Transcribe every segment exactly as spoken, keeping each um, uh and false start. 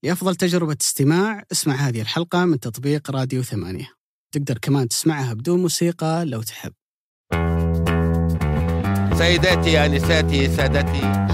لأفضل تجربة استماع اسمع هذه الحلقة من تطبيق راديو ثمانية. تقدر كمان تسمعها بدون موسيقى لو تحب. سيداتي أنساتي سادتي،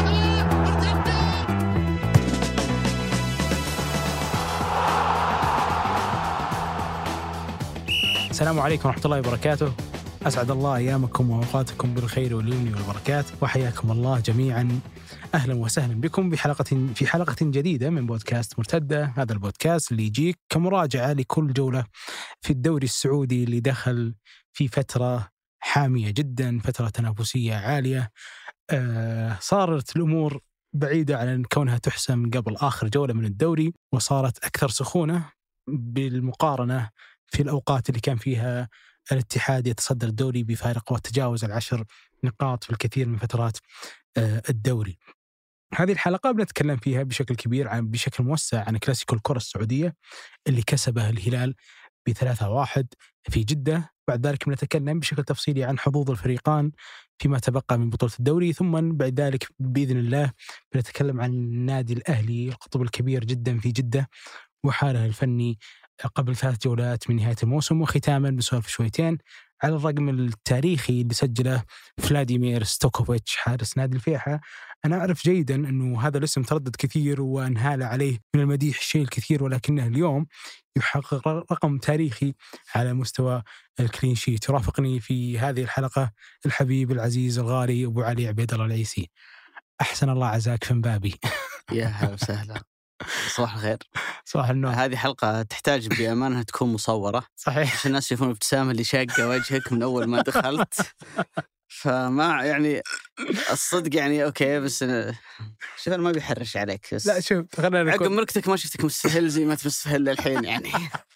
السلام عليكم ورحمة الله وبركاته. أسعد الله أيامكم وأوقاتكم بالخير واليمن والبركات، وحياكم الله جميعا. أهلا وسهلا بكم بحلقة في حلقة جديدة من بودكاست مرتدة. هذا البودكاست اللي يجيك كمراجعة لكل جولة في الدوري السعودي اللي دخل في فترة حامية جدا، فترة تنافسية عالية. آه صارت الأمور بعيدة عن كونها تحسم قبل آخر جولة من الدوري، وصارت أكثر سخونة بالمقارنة في الأوقات اللي كان فيها الاتحاد يتصدر الدوري بفارق وتجاوز العشر نقاط في الكثير من فترات الدوري. هذه الحلقة بنتكلم فيها بشكل كبير عن بشكل موسع عن كلاسيكو الكرة السعودية اللي كسبه الهلال بثلاثة واحد في جدة. بعد ذلك بنتكلم بشكل تفصيلي عن حظوظ الفريقان فيما تبقى من بطولة الدوري، ثم بعد ذلك بإذن الله بنتكلم عن النادي الأهلي القطب الكبير جدا في جدة وحاله الفني قبل ثلاث جولات من نهاية الموسم، وختاما بسولف شويتين على الرقم التاريخي اللي سجله فلاديمير ستوكوفيتش حارس نادي الفيحة. أنا أعرف جيدا أنه هذا الاسم تردد كثير وانهال عليه من المديح الشيء الكثير، ولكنه اليوم يحقق رقم تاريخي على مستوى الكلين شيت. يرافقني في هذه الحلقة الحبيب العزيز الغالي أبو علي عبيد الله العيسي. أحسن الله عزاك في مبابي. يا هلا وسهلا، صباح الخير. صباح النور. هذه حلقة تحتاج بأمانة تكون مصورة، صحيح، عشان الناس يشوفون الابتسامة اللي شاقة وجهك من أول ما دخلت. فما يعني الصدق يعني أوكي، بس أنا شوف أنا ما بيحرش عليك، بس لا شوف خلينا عقب مركتك ما شفتك مستهل زي ما تمستهل الحين يعني.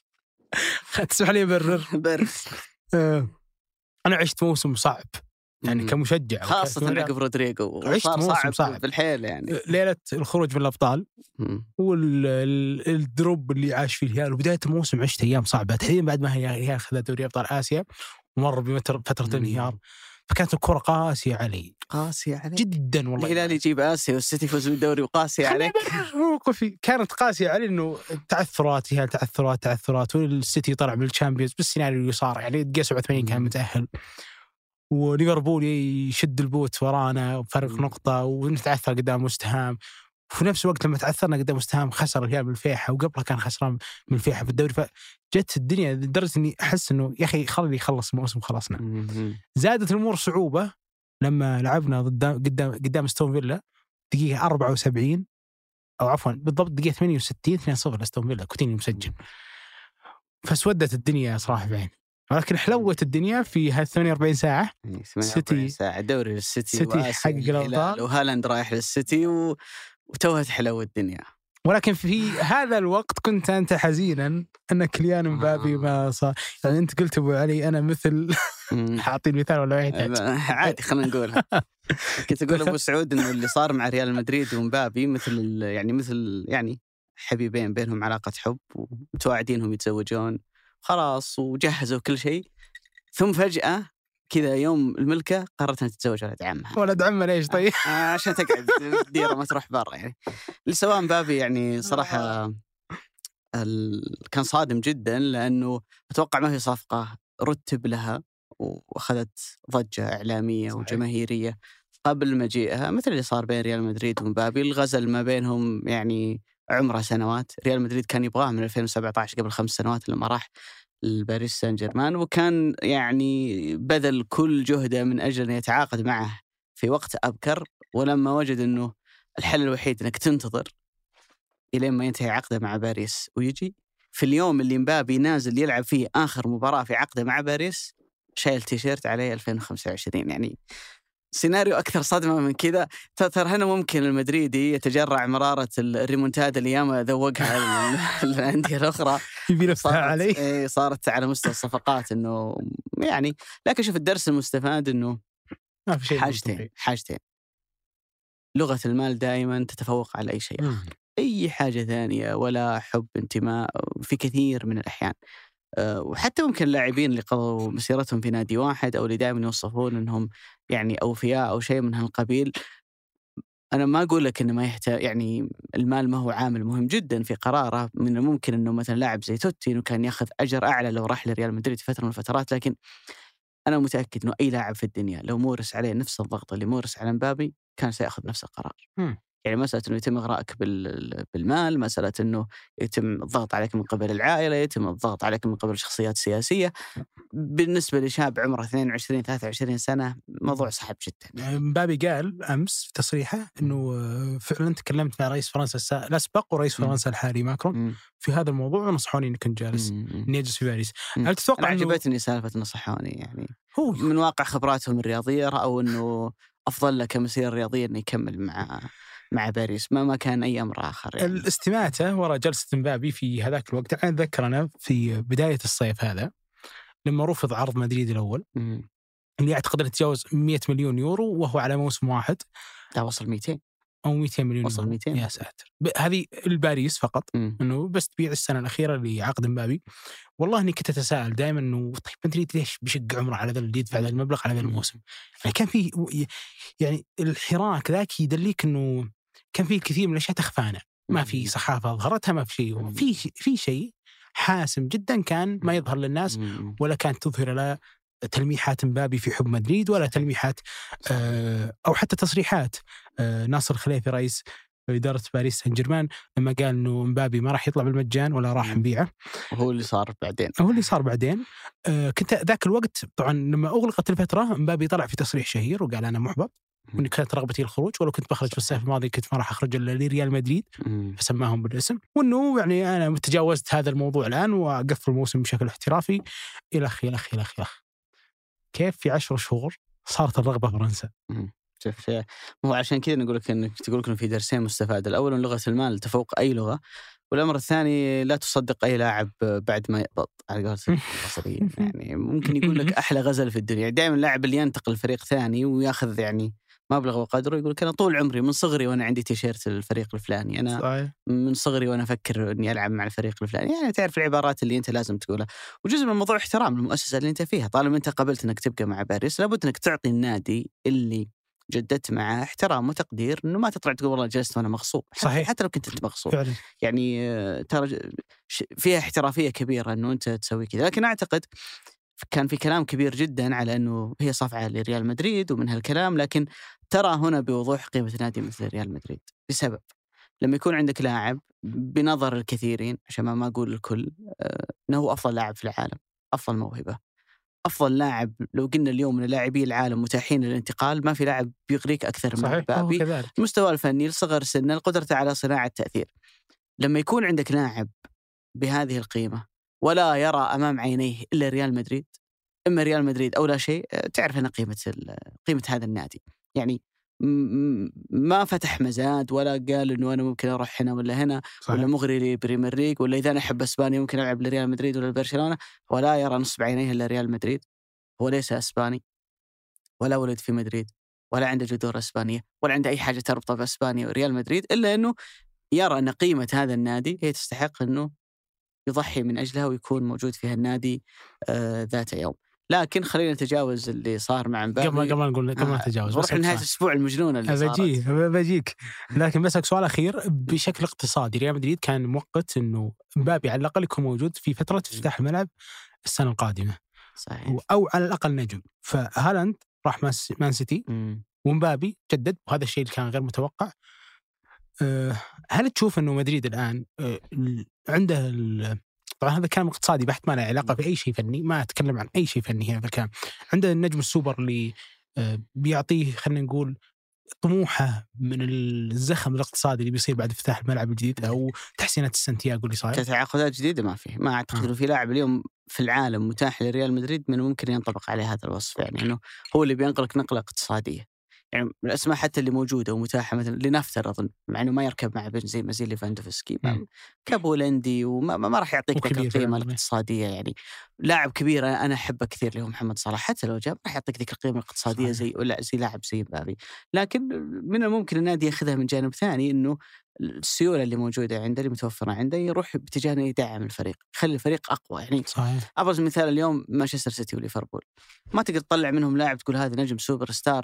تسمح لي أبرر؟ بر آه. أنا عشت موسم صعب يعني مم. كمشجع، خاصة عقب رودريجو، عشت صار موسم صعب, صعب بالحيل يعني. ليلة الخروج من الأبطال مم. والدروب اللي عاش فيه الهلال، وبداية الموسم عشت أيام صعبة تحديدا بعد ما هي الهلال خذ دوري أبطال آسيا ومر بفترة انهيار، فكانت الكرة قاسية علي، قاسية عليك جدا والله. الهلال يجيب آسيا والسيتي يفوز بالدوري وقاسية عليك. موقفي كانت قاسية علي، إنه تعثرات هي تعثرات تعثرات والسيتي طلع من الشامبيونز بالسيناريو اللي صار، يعني دقيقة سبعة وثمانين كان متأهل وليفربول يشد البوت ورانا وفرق نقطة ونتعثر قدام مستهام، وفي نفس الوقت لما تعثرنا قدام مستهام خسر الهلال من الفيحة، وقبلها كان خسران من الفيحة في الدوري. فجت الدنيا لدرجة إني أحس إنه يا أخي خلي يخلص الموسم خلصنا. زادت الأمور صعوبة لما لعبنا قدام قدام قدام ستون فيلا دقيقة أربعة وسبعين أو عفوا بالضبط دقيقة ثمانية وستين اثنين صفر لستون فيلا، كوتينيو مسجل، فسودت الدنيا صراحة بعين. ولكن حلوت الدنيا في هال ثمانية وأربعين ساعة. سيتي ساعة دوري للسيتي، سيتي حقق الأبطال وهالاند رايح للسيتي و... وتوها تحلو الدنيا. ولكن في هذا الوقت كنت أنت حزينا أن كيليان مبابي ما صار. يعني أنت قلت أبو علي أنا مثل حاطين مثال ولا واحد عادي خلينا نقولها. كنت أقول أبو سعود إنه اللي صار مع ريال مدريد ومبابي مثل يعني مثل يعني حبيبين بينهم علاقة حب ومتواعدينهم يتزوجون خلاص وجهزوا كل شيء، ثم فجأة كذا يوم الملكة قررت أن تتزوج ولد عمها. ولد عمها ليش طيب؟ آه عشان تقعد ديرة ما تروح برا يعني. اللي سواء مبابي يعني صراحة ال... كان صادم جدا، لأنه أتوقع ما في صفقة رتب لها وأخذت ضجة إعلامية صحيح. وجماهيرية قبل مجيئها مثل اللي صار بين ريال مدريد ومبابي. الغزل ما بينهم يعني عمره سنوات. ريال مدريد كان يبغاه من ألفين وسبعة عشر قبل خمس سنوات لما راح الباريس سان جيرمان، وكان يعني بذل كل جهده من أجل أن يتعاقد معه في وقت أبكر، ولما وجد أنه الحل الوحيد أنك تنتظر إلى ما ينتهي عقده مع باريس ويجي في اليوم اللي مبابي نازل يلعب فيه آخر مباراة في عقده مع باريس شايل تيشيرت عليه ألفين وخمسة وعشرين. يعني سيناريو أكثر صدمة من كذا. ترى هنا ممكن المدريدي يتجرع مرارة الريمونتادا اللي ياما ذوقها الأندية الأخرى يبي نفسها عليه. إيه صارت على مستوى الصفقات إنه يعني. لكن شوف الدرس المستفاد إنه ما في شيء حاجتين حاجتين لغة المال دائما تتفوق على أي شيء آخر. أي حاجة ثانية ولا حب انتماء في كثير من الأحيان. وحتى ممكن اللاعبين اللي قضوا مسيرتهم في نادي واحد أو اللي دائما يوصفون أنهم يعني أوفياء أو شيء من هالقبيل، أنا ما أقول لك إنه ما يحتاج، يعني المال ما هو عامل مهم جدا في قراره. من الممكن إنه مثلا لاعب زي توتي إنه كان يأخذ أجر أعلى لو راح لريال مدريد في فترة من الفترات، لكن أنا متأكد إنه أي لاعب في الدنيا لو مورس عليه نفس الضغط اللي مورس على مبابي كان سيأخذ نفس القرار. م. يعني مسألة إنه يتم إغراءك بالمال، مسألة إنه يتم الضغط عليك من قبل العائلة، يتم الضغط عليك من قبل شخصيات سياسية، بالنسبة لشاب عمره اثنين وعشرين ثلاثة وعشرين سنة موضوع صعب جدا. مبابي قال أمس في تصريحه إنه فعلا تكلمت مع رئيس فرنسا الأسبق ورئيس فرنسا الحالي ماكرون في هذا الموضوع ونصحوني إني كنت جالس إني أجلس في باريس. هل تتوقع؟ عجبتني سالفة نصحوني، يعني هو من واقع خبراتهم الرياضية أو إنه أفضل له كمسيرة رياضية إنه يكمل مع مع باريس، ما ما كان أي أمر آخر. يعني الاستماتة وراء جلسة مبابي في هذاك الوقت، أنا أتذكر أنا في بداية الصيف هذا لما رفض عرض مدريد الأول م. اللي أعتقد أنه تجاوز مئة مليون يورو وهو على موسم واحد. لا وصل مئتين أو مئتين مليون وصل يورو. مئتين. يا ساتر، هذه الباريس فقط م. إنه بس تبيع السنة الأخيرة لعقد مبابي. والله إني كنت أتساءل دائما إنه طيب مدريد ليش بيشق عمره على ذا اللي يدفع ذا المبلغ على ذا الموسم؟ يعني كان في يعني الحراك ذاك يدليك إنه كان في الكثير من الأشياء تخفانا، ما في صحافة ظهرتها، ما في شيء، في في شيء حاسم جدا كان ما يظهر للناس، ولا كانت تظهر لا تلميحات مبابي في حب مدريد ولا تلميحات أو حتى تصريحات ناصر الخليفي رئيس إدارة باريس سان جيرمان لما قال إنه مبابي ما راح يطلع بالمجان ولا راح نبيعه. هو اللي صار بعدين هو اللي صار بعدين كنت ذاك الوقت طبعا لما أغلقت الفترة مبابي طلع في تصريح شهير وقال أنا محبط وإن كانت رغبتي الخروج، ولو كنت بخرج في الصيف الماضي كنت ما راح أخرج إلا لريال مدريد، فسماهم بالاسم، وإنه يعني أنا تجاوزت هذا الموضوع الآن وأقفل الموسم بشكل احترافي إلخ إلخ إلخ إلخ. كيف في عشر شهور صارت الرغبة فرنسا؟ شوف، هو عشان كذا نقول لك إنك تقول لك إنه في درسين مستفادة. الأول إن لغة المال تفوق أي لغة، والأمر الثاني لا تصدق أي لاعب بعد ما يقبض على قولة المصريين. يعني ممكن يقول لك أحلى غزل في الدنيا. دائما اللاعب اللي ينتقل لفريق ثاني ويأخذ يعني مبلغ وقدره يقول لك أنا طول عمري من صغري وأنا عندي تيشيرت الفريق الفلاني، أنا صحيح. من صغري وأنا أفكر إني ألعب مع الفريق الفلاني. يعني تعرف العبارات اللي أنت لازم تقولها، وجزء من الموضوع احترام المؤسسة اللي أنت فيها. طالما أنت قبلت إنك تبقى مع باريس لابد إنك تعطي النادي اللي جددت معه احترام وتقدير، إنه ما تطلع تقول والله جلست وأنا مغصوب. صحيح. حتى لو كنت أنت مغصوب فعلا. يعني ترى فيها احترافية كبيرة إنه أنت تسوي كذا. لكن أعتقد كان في كلام كبير جدا على أنه هي صفعة لريال مدريد ومن هالكلام، لكن ترى هنا بوضوح قيمة نادي مثل ريال مدريد بسبب لما يكون عندك لاعب بنظر الكثيرين عشان ما أقول الكل أنه هو أفضل لاعب في العالم، أفضل موهبة، أفضل لاعب. لو قلنا اليوم من لاعبي العالم متاحين للانتقال ما في لاعب بيغريك أكثر من مبابي. مستوى الفني، صغر سنه، القدرة على صناعة تأثير. لما يكون عندك لاعب بهذه القيمة ولا يرى أمام عينيه إلا ريال مدريد، إما ريال مدريد أو لا شيء، تعرف أن قيمة قيمة هذا النادي. يعني ما فتح مزاد ولا قال إنه أنا ممكن أروح هنا ولا هنا صحيح. ولا مغري لي بريمير ليج، ولا إذا أنا أحب إسبانيا ممكن ألعب لريال مدريد ولا برشلونة، ولا يرى نصب عينيه إلا ريال مدريد. هو ليس إسباني ولا ولد في مدريد ولا عنده جذور إسبانية ولا عنده أي حاجة تربطه بإسبانيا وريال مدريد، إلا أنه يرى أن قيمة هذا النادي هي تستحق أنه يضحي من أجلها ويكون موجود فيها النادي آه ذات يوم. لكن خلينا نتجاوز اللي صار مع مبابي قبل قبل نقول قبل نتجاوز نروح نهاية الأسبوع المجنونة اللي صارت. بجي بجيك لكن بسألك سؤال أخير بشكل اقتصادي. ريال مدريد كان مؤقت إنه مبابي على الأقل يكون موجود في فترة افتتاح الملعب السنة القادمة صحيح. أو على الأقل نجم. فهالاند راح مان سيتي ومبابي جدد، وهذا الشيء اللي كان غير متوقع. هل تشوف إنه مدريد الآن عنده طبعا هذا كلام اقتصادي بحت ما له علاقة بأي شيء فني، ما أتكلم عن أي شيء فني هذا الكلام. عنده النجم السوبر اللي بيعطيه خلينا نقول طموحه من الزخم الاقتصادي اللي بيصير بعد افتتاح الملعب الجديد أو تحسينات السانتياغو اللي صاير. كتعاقدات جديدة ما فيه، ما أعتقد إنه في لاعب اليوم في العالم متاح لريال مدريد من ممكن ينطبق عليه هذا الوصف. يعني إنه هو اللي بينقلك نقلة اقتصادية. يعني الأسماء حتى اللي موجودة ومتاحة مثلا لنفترض مع إنه ما يركب مع بنزيما زي ليفاندوفسكي كابولندي وما ما راح يعطيك ذيك القيمة الاقتصادية. يعني لاعب كبير أنا أحبه كثير اللي هو محمد صلاح، حتى لو جاب راح يعطيك ذيك القيمة الاقتصادية زي ولا زي لاعب زي مبابي. لكن من الممكن النادي يأخذها من جانب ثاني، إنه السيولة اللي موجودة عنده اللي متوفرة عنده يروح باتجاه إنه يدعم الفريق، يخلي الفريق أقوى. يعني صحيح. أبرز مثال اليوم مانشستر سيتي وليفربول، ما تقدر تطلع منهم لاعب تقول هذا نجم سوبر ستار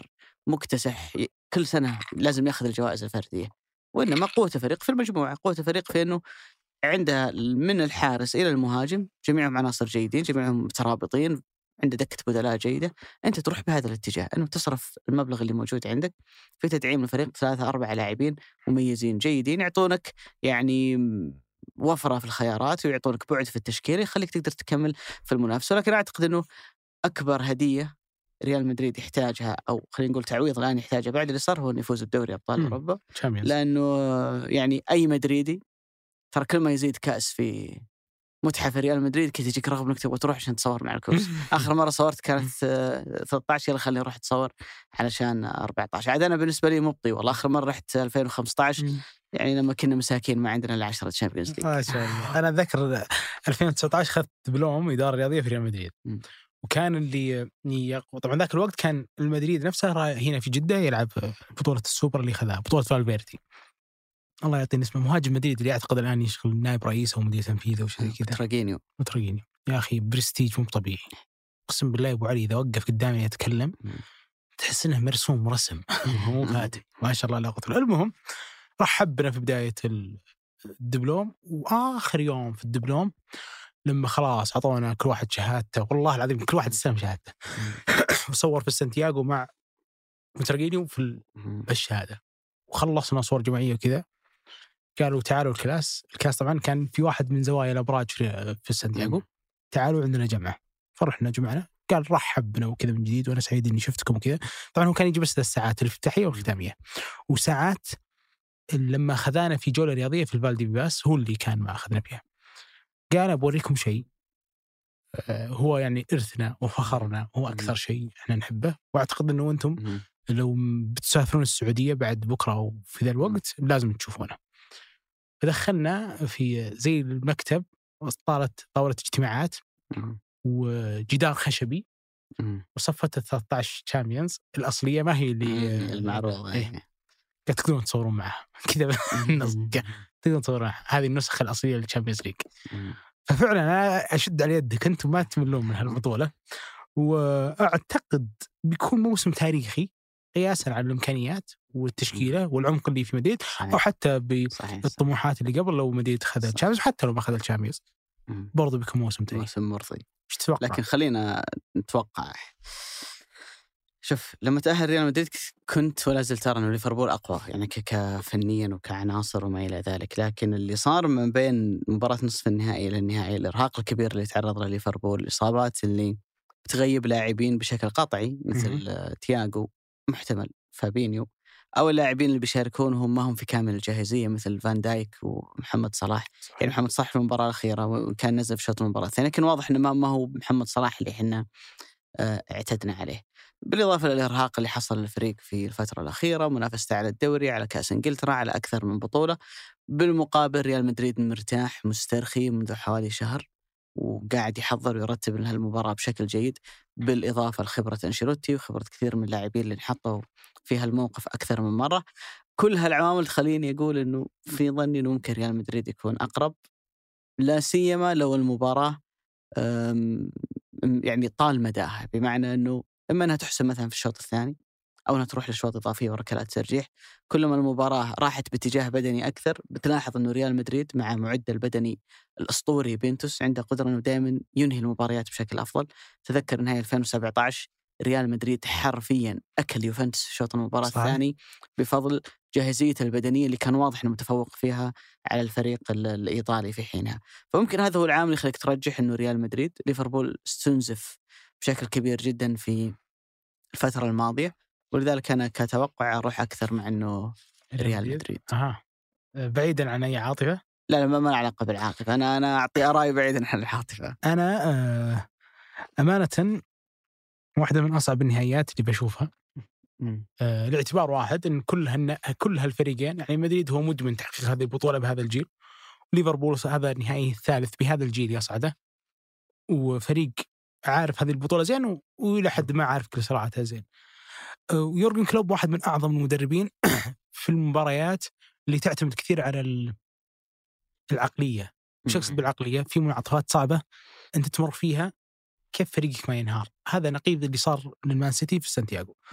مكتسح كل سنة لازم يأخذ الجوائز الفردية، وإنما قوته فريق في المجموعة، قوته فريق في أنه عنده من الحارس إلى المهاجم جميعهم عناصر جيدين، جميعهم مترابطين، عنده دكة بدلاء جيدة. أنت تروح بهذا الاتجاه أنه تصرف المبلغ اللي موجود عندك في تدعيم الفريق، ثلاثة أربعة لاعبين مميزين جيدين يعطونك يعني وفرة في الخيارات ويعطونك بعد في التشكيل يخليك تقدر تكمل في المنافسة. لكن أعتقد أنه أكبر هدية ريال مدريد يحتاجها، أو خلينا نقول تعويض الآن يحتاجها بعد اللي صار، هو أن يفوز بدوري أبطال أوروبا. لأنه يعني أي مدريدي ترى كل ما يزيد كأس في متحف ريال مدريد كي تجيك رغبة انك تبغى تروح عشان تصور مع الكوس. اخر مره صورت كانت ثلاثة عشر، يلا خليني اروح اتصور علشان أربعة عشر. عاد انا بالنسبه لي مبطي والله، اخر مره رحت ألفين وخمسة عشر يعني لما كنا مساكين ما عندنا الا عشرة تشامبيونز ليج. ما شاء الله. انا اتذكر ألفين وتسعة عشر اخذت دبلوم اداره رياضيه في ريال مدريد، وكان اللي طبعا ذاك الوقت كان المدريد نفسه هنا في جده يلعب بطوله السوبر اللي خذها، بطوله فالفيردي الله يعطيه اسمه، مهاجم مدريد اللي اعتقد الان يشغل نائب رئيس او مدير تنفيذي او شيء كذا، تراجينيو تراجينيو يا اخي برستيج مو طبيعي. اقسم بالله ابو علي اذا وقف قدامي يتكلم تحس انه مرسوم رسم مو فاتي ما شاء الله لا قوه. المهم رحبنا في بدايه الدبلوم، واخر يوم في الدبلوم لما خلاص عطونا كل واحد شهادته، والله العظيم كل واحد استلم شهادته وصور في سانتياغو مع تراجينيو في الشهاده، وخلصنا صور جماعيه وكذا. قالوا تعالوا الكلاس، الكلاس طبعا كان في واحد من زوايا الابراج في سانتياغو، تعالوا عندنا جمعه. فرحنا جمعنا، قال رحبنا وكذا من جديد وانا سعيد اني شفتكم وكذا. طبعا هو كان يجي بس الساعات الافتتاحيه والختاميه، وساعات لما اخذنا في جوله رياضيه في الفالدي بيباس هو اللي كان ما اخذنا فيها. قال بوريكم شيء هو يعني ارثنا وفخرنا، هو اكثر شيء احنا نحبه، واعتقد انه انتم لو بتسافرون السعوديه بعد بكره او في ذا الوقت لازم تشوفونه. فدخلنا في زي المكتب، وصارت طاولة اجتماعات وجدار خشبي وصفت الثلاثة عشر تشامبيونز الأصلية، ما هي اللي المعروضة إيه. قد تقدرون تصورون معها كذا تقدرون تصورون معها. هذه النسخة الأصلية للتشامبيونز ليج. ففعلا أنا أشد على يدك أنتم ما تملون من هالبطولة، وأعتقد بيكون موسم تاريخي قياسا على الإمكانيات والتشكيلة والعمق اللي في مدريد، أو حتى بالطموحات اللي قبل. لو مدريد خذ الشامبيونز، حتى لو ما خذ الشامبيونز برضو بيكون موسم تاريخي، موسم مرضي. إيش تتوقع؟ لكن خلينا نتوقع. شوف، لما تأهل ريال مدريد كنت ولا زلت أرى إنه ليفربول أقوى يعني كفنيا وكعناصر وما إلى ذلك. لكن اللي صار من بين مباراة نصف النهائي إلى النهائي، الإرهاق الكبير اللي تعرض له ليفربول، الإصابات اللي تغيب لاعبين بشكل قطعي مثل تياغو، محتمل فابينيو، أو اللاعبين اللي بيشاركون هم ما هم في كامل الجاهزية مثل فان دايك ومحمد صلاح. يعني محمد صلاح في المباراة الأخيرة وكان نزل في شوط المباراة الثانية، لكن واضح إنه ما هو محمد صلاح اللي إحنا اعتدنا عليه. بالإضافة للإرهاق اللي حصل للفريق في الفترة الأخيرة، منافسة على الدوري، على كأس إنجلترا، على أكثر من بطولة. بالمقابل ريال مدريد مرتاح مسترخي منذ حوالي شهر، وقاعد يحضر ويرتب لها المباراة بشكل جيد، بالإضافة لخبرة أنشيلوتي وخبرة كثير من اللاعبين اللي انحطوا في هالموقف أكثر من مرة. كل هالعوامل تخليني أقول إنه في ظني إنه ممكن ريال مدريد يكون أقرب، لا سيما لو المباراة يعني طال مداها، بمعنى إنه إما أنها تحسم مثلا في الشوط الثاني أو أنها تروح للشوط إضافية وركلات ترجيح. كلما المباراة راحت باتجاه بدني أكثر، بتلاحظ أنه ريال مدريد مع معدل البدني الأسطوري بينتوس عنده قدرة أنه دائما ينهي المباريات بشكل أفضل. تذكر نهاية ألفين وسبعة عشر ريال مدريد حرفيا أكل يوفنتوس في شوط المباراة صحيح. الثاني بفضل جاهزية البدنية اللي كان واضح أنه متفوق فيها على الفريق الإيطالي في حينها. فممكن هذا هو العامل اللي يخليك ترجح أنه ريال مدريد. ليفربول استنزف بشكل كبير جدا في الفترة الماضية، ولذلك أنا كتوقع أروح أكثر مع أنه ريال مدريد. أها. بعيدا عن أي عاطفة؟ لا لا، ما ما علاقة بالعاطفة. أنا أنا أعطي آرائي بعيدا عن العاطفة. أنا آه أمانة واحدة من أصعب النهائيات اللي بشوفها. آه لاعتبار واحد إن كل هن كل هالفريقين، يعني مدريد هو مدمن تحقيق هذه البطولة بهذا الجيل، وليفربول هذا النهائي الثالث بهذا الجيل يصعده، وفريق عارف هذه البطولة زين وإلى حد ما عارف كل صراعاتها زين. ويورجن كلوب واحد من أعظم المدربين في المباريات اللي تعتمد كثير على العقلية. وش أقصد بالعقلية؟ في منعطفات صعبة أنت تمر فيها كيف فريقك ما ينهار. هذا نقيض اللي صار للمان سيتي في سانتياغو.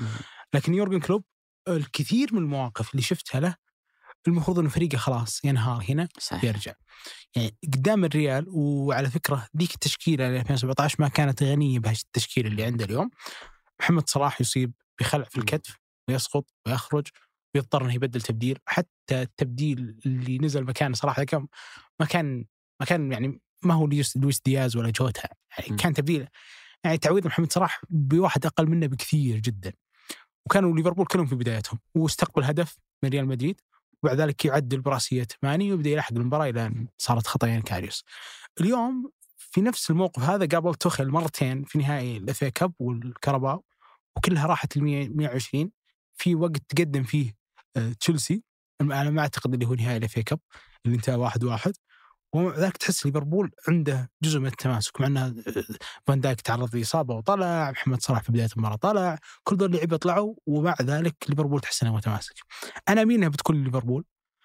لكن يورجن كلوب الكثير من المواقف اللي شفتها له المفروض انه فريقه خلاص ينهار هنا صحيح. يرجع يعني قدام الريال. وعلى فكره ذيك التشكيله ألفين وسبعة عشر ما كانت غنيه بهذه التشكيله اللي عنده اليوم. محمد صلاح يصيب بخلع في الكتف ويسقط ويخرج ويضطر انه يبدل تبديل. حتى التبديل اللي نزل مكانه صراحه كان ما كان ما كان يعني ما هو لويس دياز ولا جوتا يعني كان تبديل يعني تعويض محمد صلاح بواحد اقل منه بكثير جدا. وكانوا ليفربول كلهم في بدايتهم واستقبل هدف من ريال مدريد وبعد ذلك يعدل براسية ماني ويبدأ يلحق المباراة إلى صارت خطأين كاريوس. اليوم في نفس الموقف هذا قابل توخيل مرتين في نهائي الإف إيه كاب والكاراباو وكلها راحت المية وعشرين في وقت تقدم فيه تشيلسي. أنا ما أعتقد اللي هو نهائي الإف إيه كاب اللي انتهى واحد واحد. وذلك تحس ليفربول عنده جزء من التماسك مع أنه فان دايك تعرض لإصابة وطلع محمد صلاح في بداية المباراة طلع كل دول اللعيبة طلعوا ومع ذلك ليفربول تحس أنه متماسك. أنا أمين أنها بتكون ليفربول.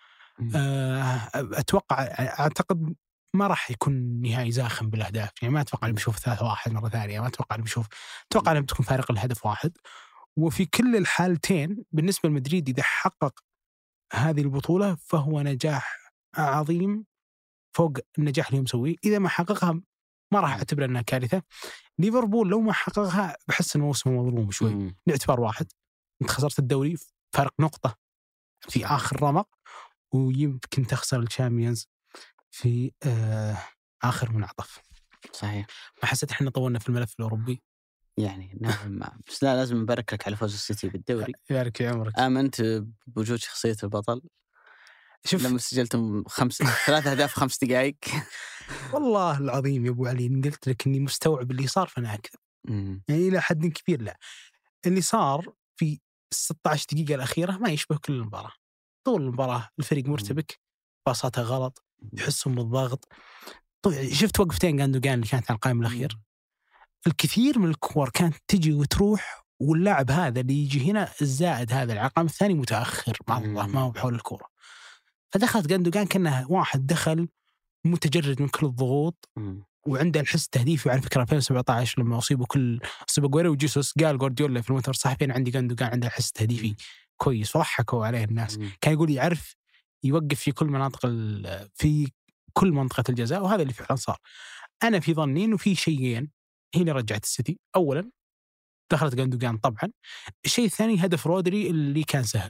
أتوقع أعتقد ما راح يكون نهائي زاخم بالأهداف يعني ما أتوقع أن بشوف ثلاثة واحد مرة ثانية ما أتوقع أن بشوف أتوقع أن بتكون فارق الهدف واحد. وفي كل الحالتين بالنسبة لمدريد إذا حقق هذه البطولة فهو نجاح عظيم فوق النجاح اللي مسويه. إذا ما حققها ما راح أعتبر أنها كارثة. ليفربول لو ما حققها بحس أنه موسم مظلوم شوي باعتبار واحد أنت خسرت الدوري فارق نقطة في آخر رمق ويمكن تخسر الشامبيونز في آه آخر منعطف. صحيح. ما حسيت إحنا طولنا في الملف الأوروبي يعني نعم بس لا لازم نبارك لك على فوز السيتي بالدوري. يبارك في عمرك. آمنت بوجود شخصية البطل. شوف لما سجلتم خمس ثلاثة أهداف خمس دقائق والله العظيم يا أبو علي قلت لك إني مستوعب اللي صار فأنا أكذب يعني إلى حد كبير. لا اللي صار في ستة عشر دقيقة الأخيرة ما يشبه كل المباراة. طول المباراة الفريق مرتبك باصاتها غلط يحسون بالضغط. شفت وقفتين غاندوغان اللي كانت على القائم الأخير الكثير من الكور كانت تجي وتروح واللاعب هذا اللي يجي هنا الزائد هذا العقام الثاني متأخر مع الله ما هو بحول الكورة. فدخلت غاندوغان كأنه واحد دخل متجرد من كل الضغوط وعنده الحس التهديفي. وعلى فكرة ألفين وسبعة عشر لما أصيبوا كل أصيب أغويرو وجيسوس قال غوارديولا في المؤتمر الصحفي عندي غاندوغان عنده الحس التهديفي كويس فضحكوا عليه الناس. كان يقول يعرف يوقف في كل مناطق في كل منطقة الجزاء وهذا اللي فعلا صار. أنا في ظني إنه في شيئين هي اللي رجعت السيتي. أولا دخلت غاندوغان طبعا. الشيء الثاني هدف رودري اللي كان سهل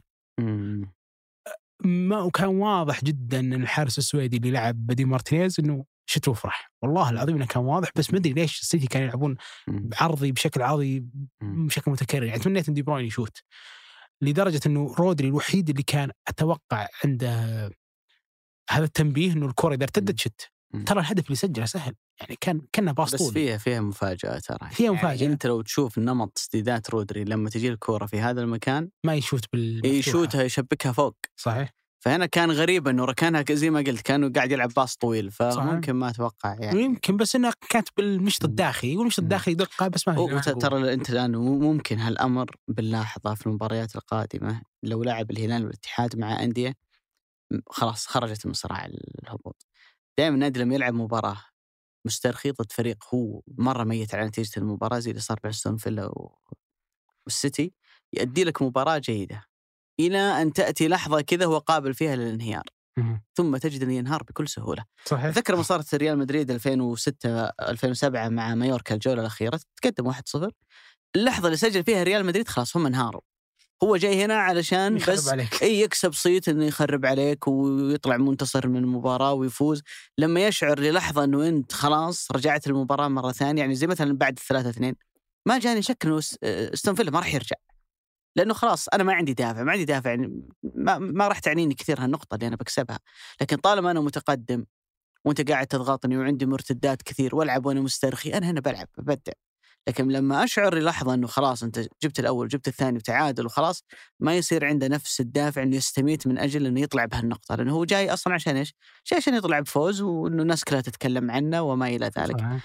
ما وكان واضح جدا ان الحارس السويدي اللي لعب بدي مارتينيز انه شتو فرح والله العظيم انه كان واضح. بس ما ادري ليش السيتي كانوا يلعبون بعرضي بشكل عرضي بشكل متكرر يعني تمنيت ان دي بروين يشوت لدرجه انه رودري الوحيد اللي كان اتوقع عنده هذا التنبيه انه الكره اذا ارتدت شت. ترى الهدف اللي سجله سهل يعني كان كانه باص طولي. بس فيها فيها مفاجاه ترى فيها مفاجاه يعني انت لو تشوف نمط تسديدات رودري لما تجي الكره في هذا المكان ما يشوت بال يشوتها يشبكها فوق. صحيح. فهنا كان غريب انه ركانها زي ما قلت كانوا قاعد يلعب باص طويل فممكن ما اتوقع يعني يمكن بس انها كانت بالمشط الداخلي والمشط الداخلي دقه بس ما هي ترى انت الان ممكن هالامر بنلاحظه في المباريات القادمه. لو لعب الهلال والاتحاد مع انديه خلاص خرجت من صراع الهبوط. دائما النادي لما يلعب مباراه مسترخي ضد فريق هو مره ميت على نتيجه المباراه زي اللي صار بين أستون فيلا والسيتي يؤدي لك مباراه جيده إلى أن تأتي لحظة كذا هو قابل فيها للانهيار مم. ثم تجد أن ينهار بكل سهولة. صحيح. أذكر مصارعة ريال مدريد ألفين وستة ألفين وسبعة مع مايوركا الجولة الأخيرة تقدم واحد صفر. اللحظة اللي سجل فيها ريال مدريد خلاص هم انهاروا. هو جاي هنا علشان بس أي يكسب صيت إنه يخرب عليك ويطلع منتصر من المباراة ويفوز. لما يشعر للحظة إنه أنت خلاص رجعت المباراة مرة ثانية يعني زي مثلا بعد الثلاثة اثنين ما جاني شك إنه أستون فيلا ما راح يرجع لأنه خلاص أنا ما عندي دافع ما عندي دافع يعني ما, ما راح تعنيني كثير هالنقطة اللي أنا بكسبها. لكن طالما أنا متقدم وأنت قاعد تضغطني وعندي مرتدات كثير والعب وأنا مسترخي أنا هنا بلعب ببدع. لكن لما أشعر للحظة أنه خلاص أنت جبت الأول جبت الثاني وتعادل وخلاص ما يصير عنده نفس الدافع أنه يستميت من أجل أنه يطلع بهالنقطة لأنه هو جاي أصلا عشان إيش؟ جاي عشان يطلع بفوز وأنه الناس كلها تتكلم عنه وما إلى ذلك.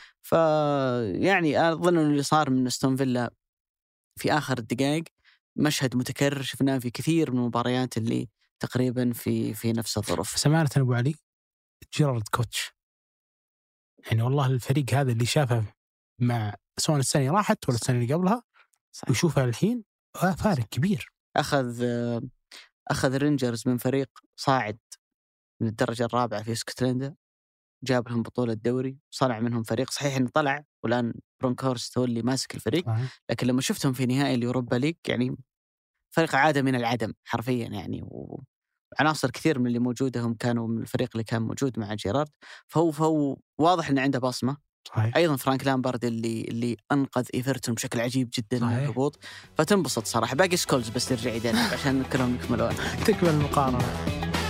فيعني أظن أنه اللي صار من أستون فيلا في آخر الدقائق مشهد متكرر شفناه في كثير من المباريات اللي تقريبا في في نفس الظروف. سمعنا أبو علي جيرارد كوتش يعني والله الفريق هذا اللي شافه مع سواء السنة راحت ولا السنة اللي قبلها ويشوفها الحين آه فارق كبير. أخذ أخذ رينجرز من فريق صاعد من الدرجة الرابعة في اسكتلندا، جاب لهم بطولة دوري، صنع منهم فريق. صحيح إنه طلع والآن برونكورست هو اللي ماسك الفريق، لكن لما شفتهم في نهائي اليوروبا ليج يعني فريق عاد من العدم حرفيا يعني، وعناصر كثير من اللي موجودة هم كانوا من الفريق اللي كان موجود مع جيرارد. فهو فهو واضح إنه عنده بصمة. صحيح. أيضا فرانك لامبارد اللي اللي أنقذ إيفرتون بشكل عجيب جدا من الهبوط. فتنبسط صراحة. باقي سكولز بس يرجع يدرب عشان كلهم يكملون. تكمل المقارنة.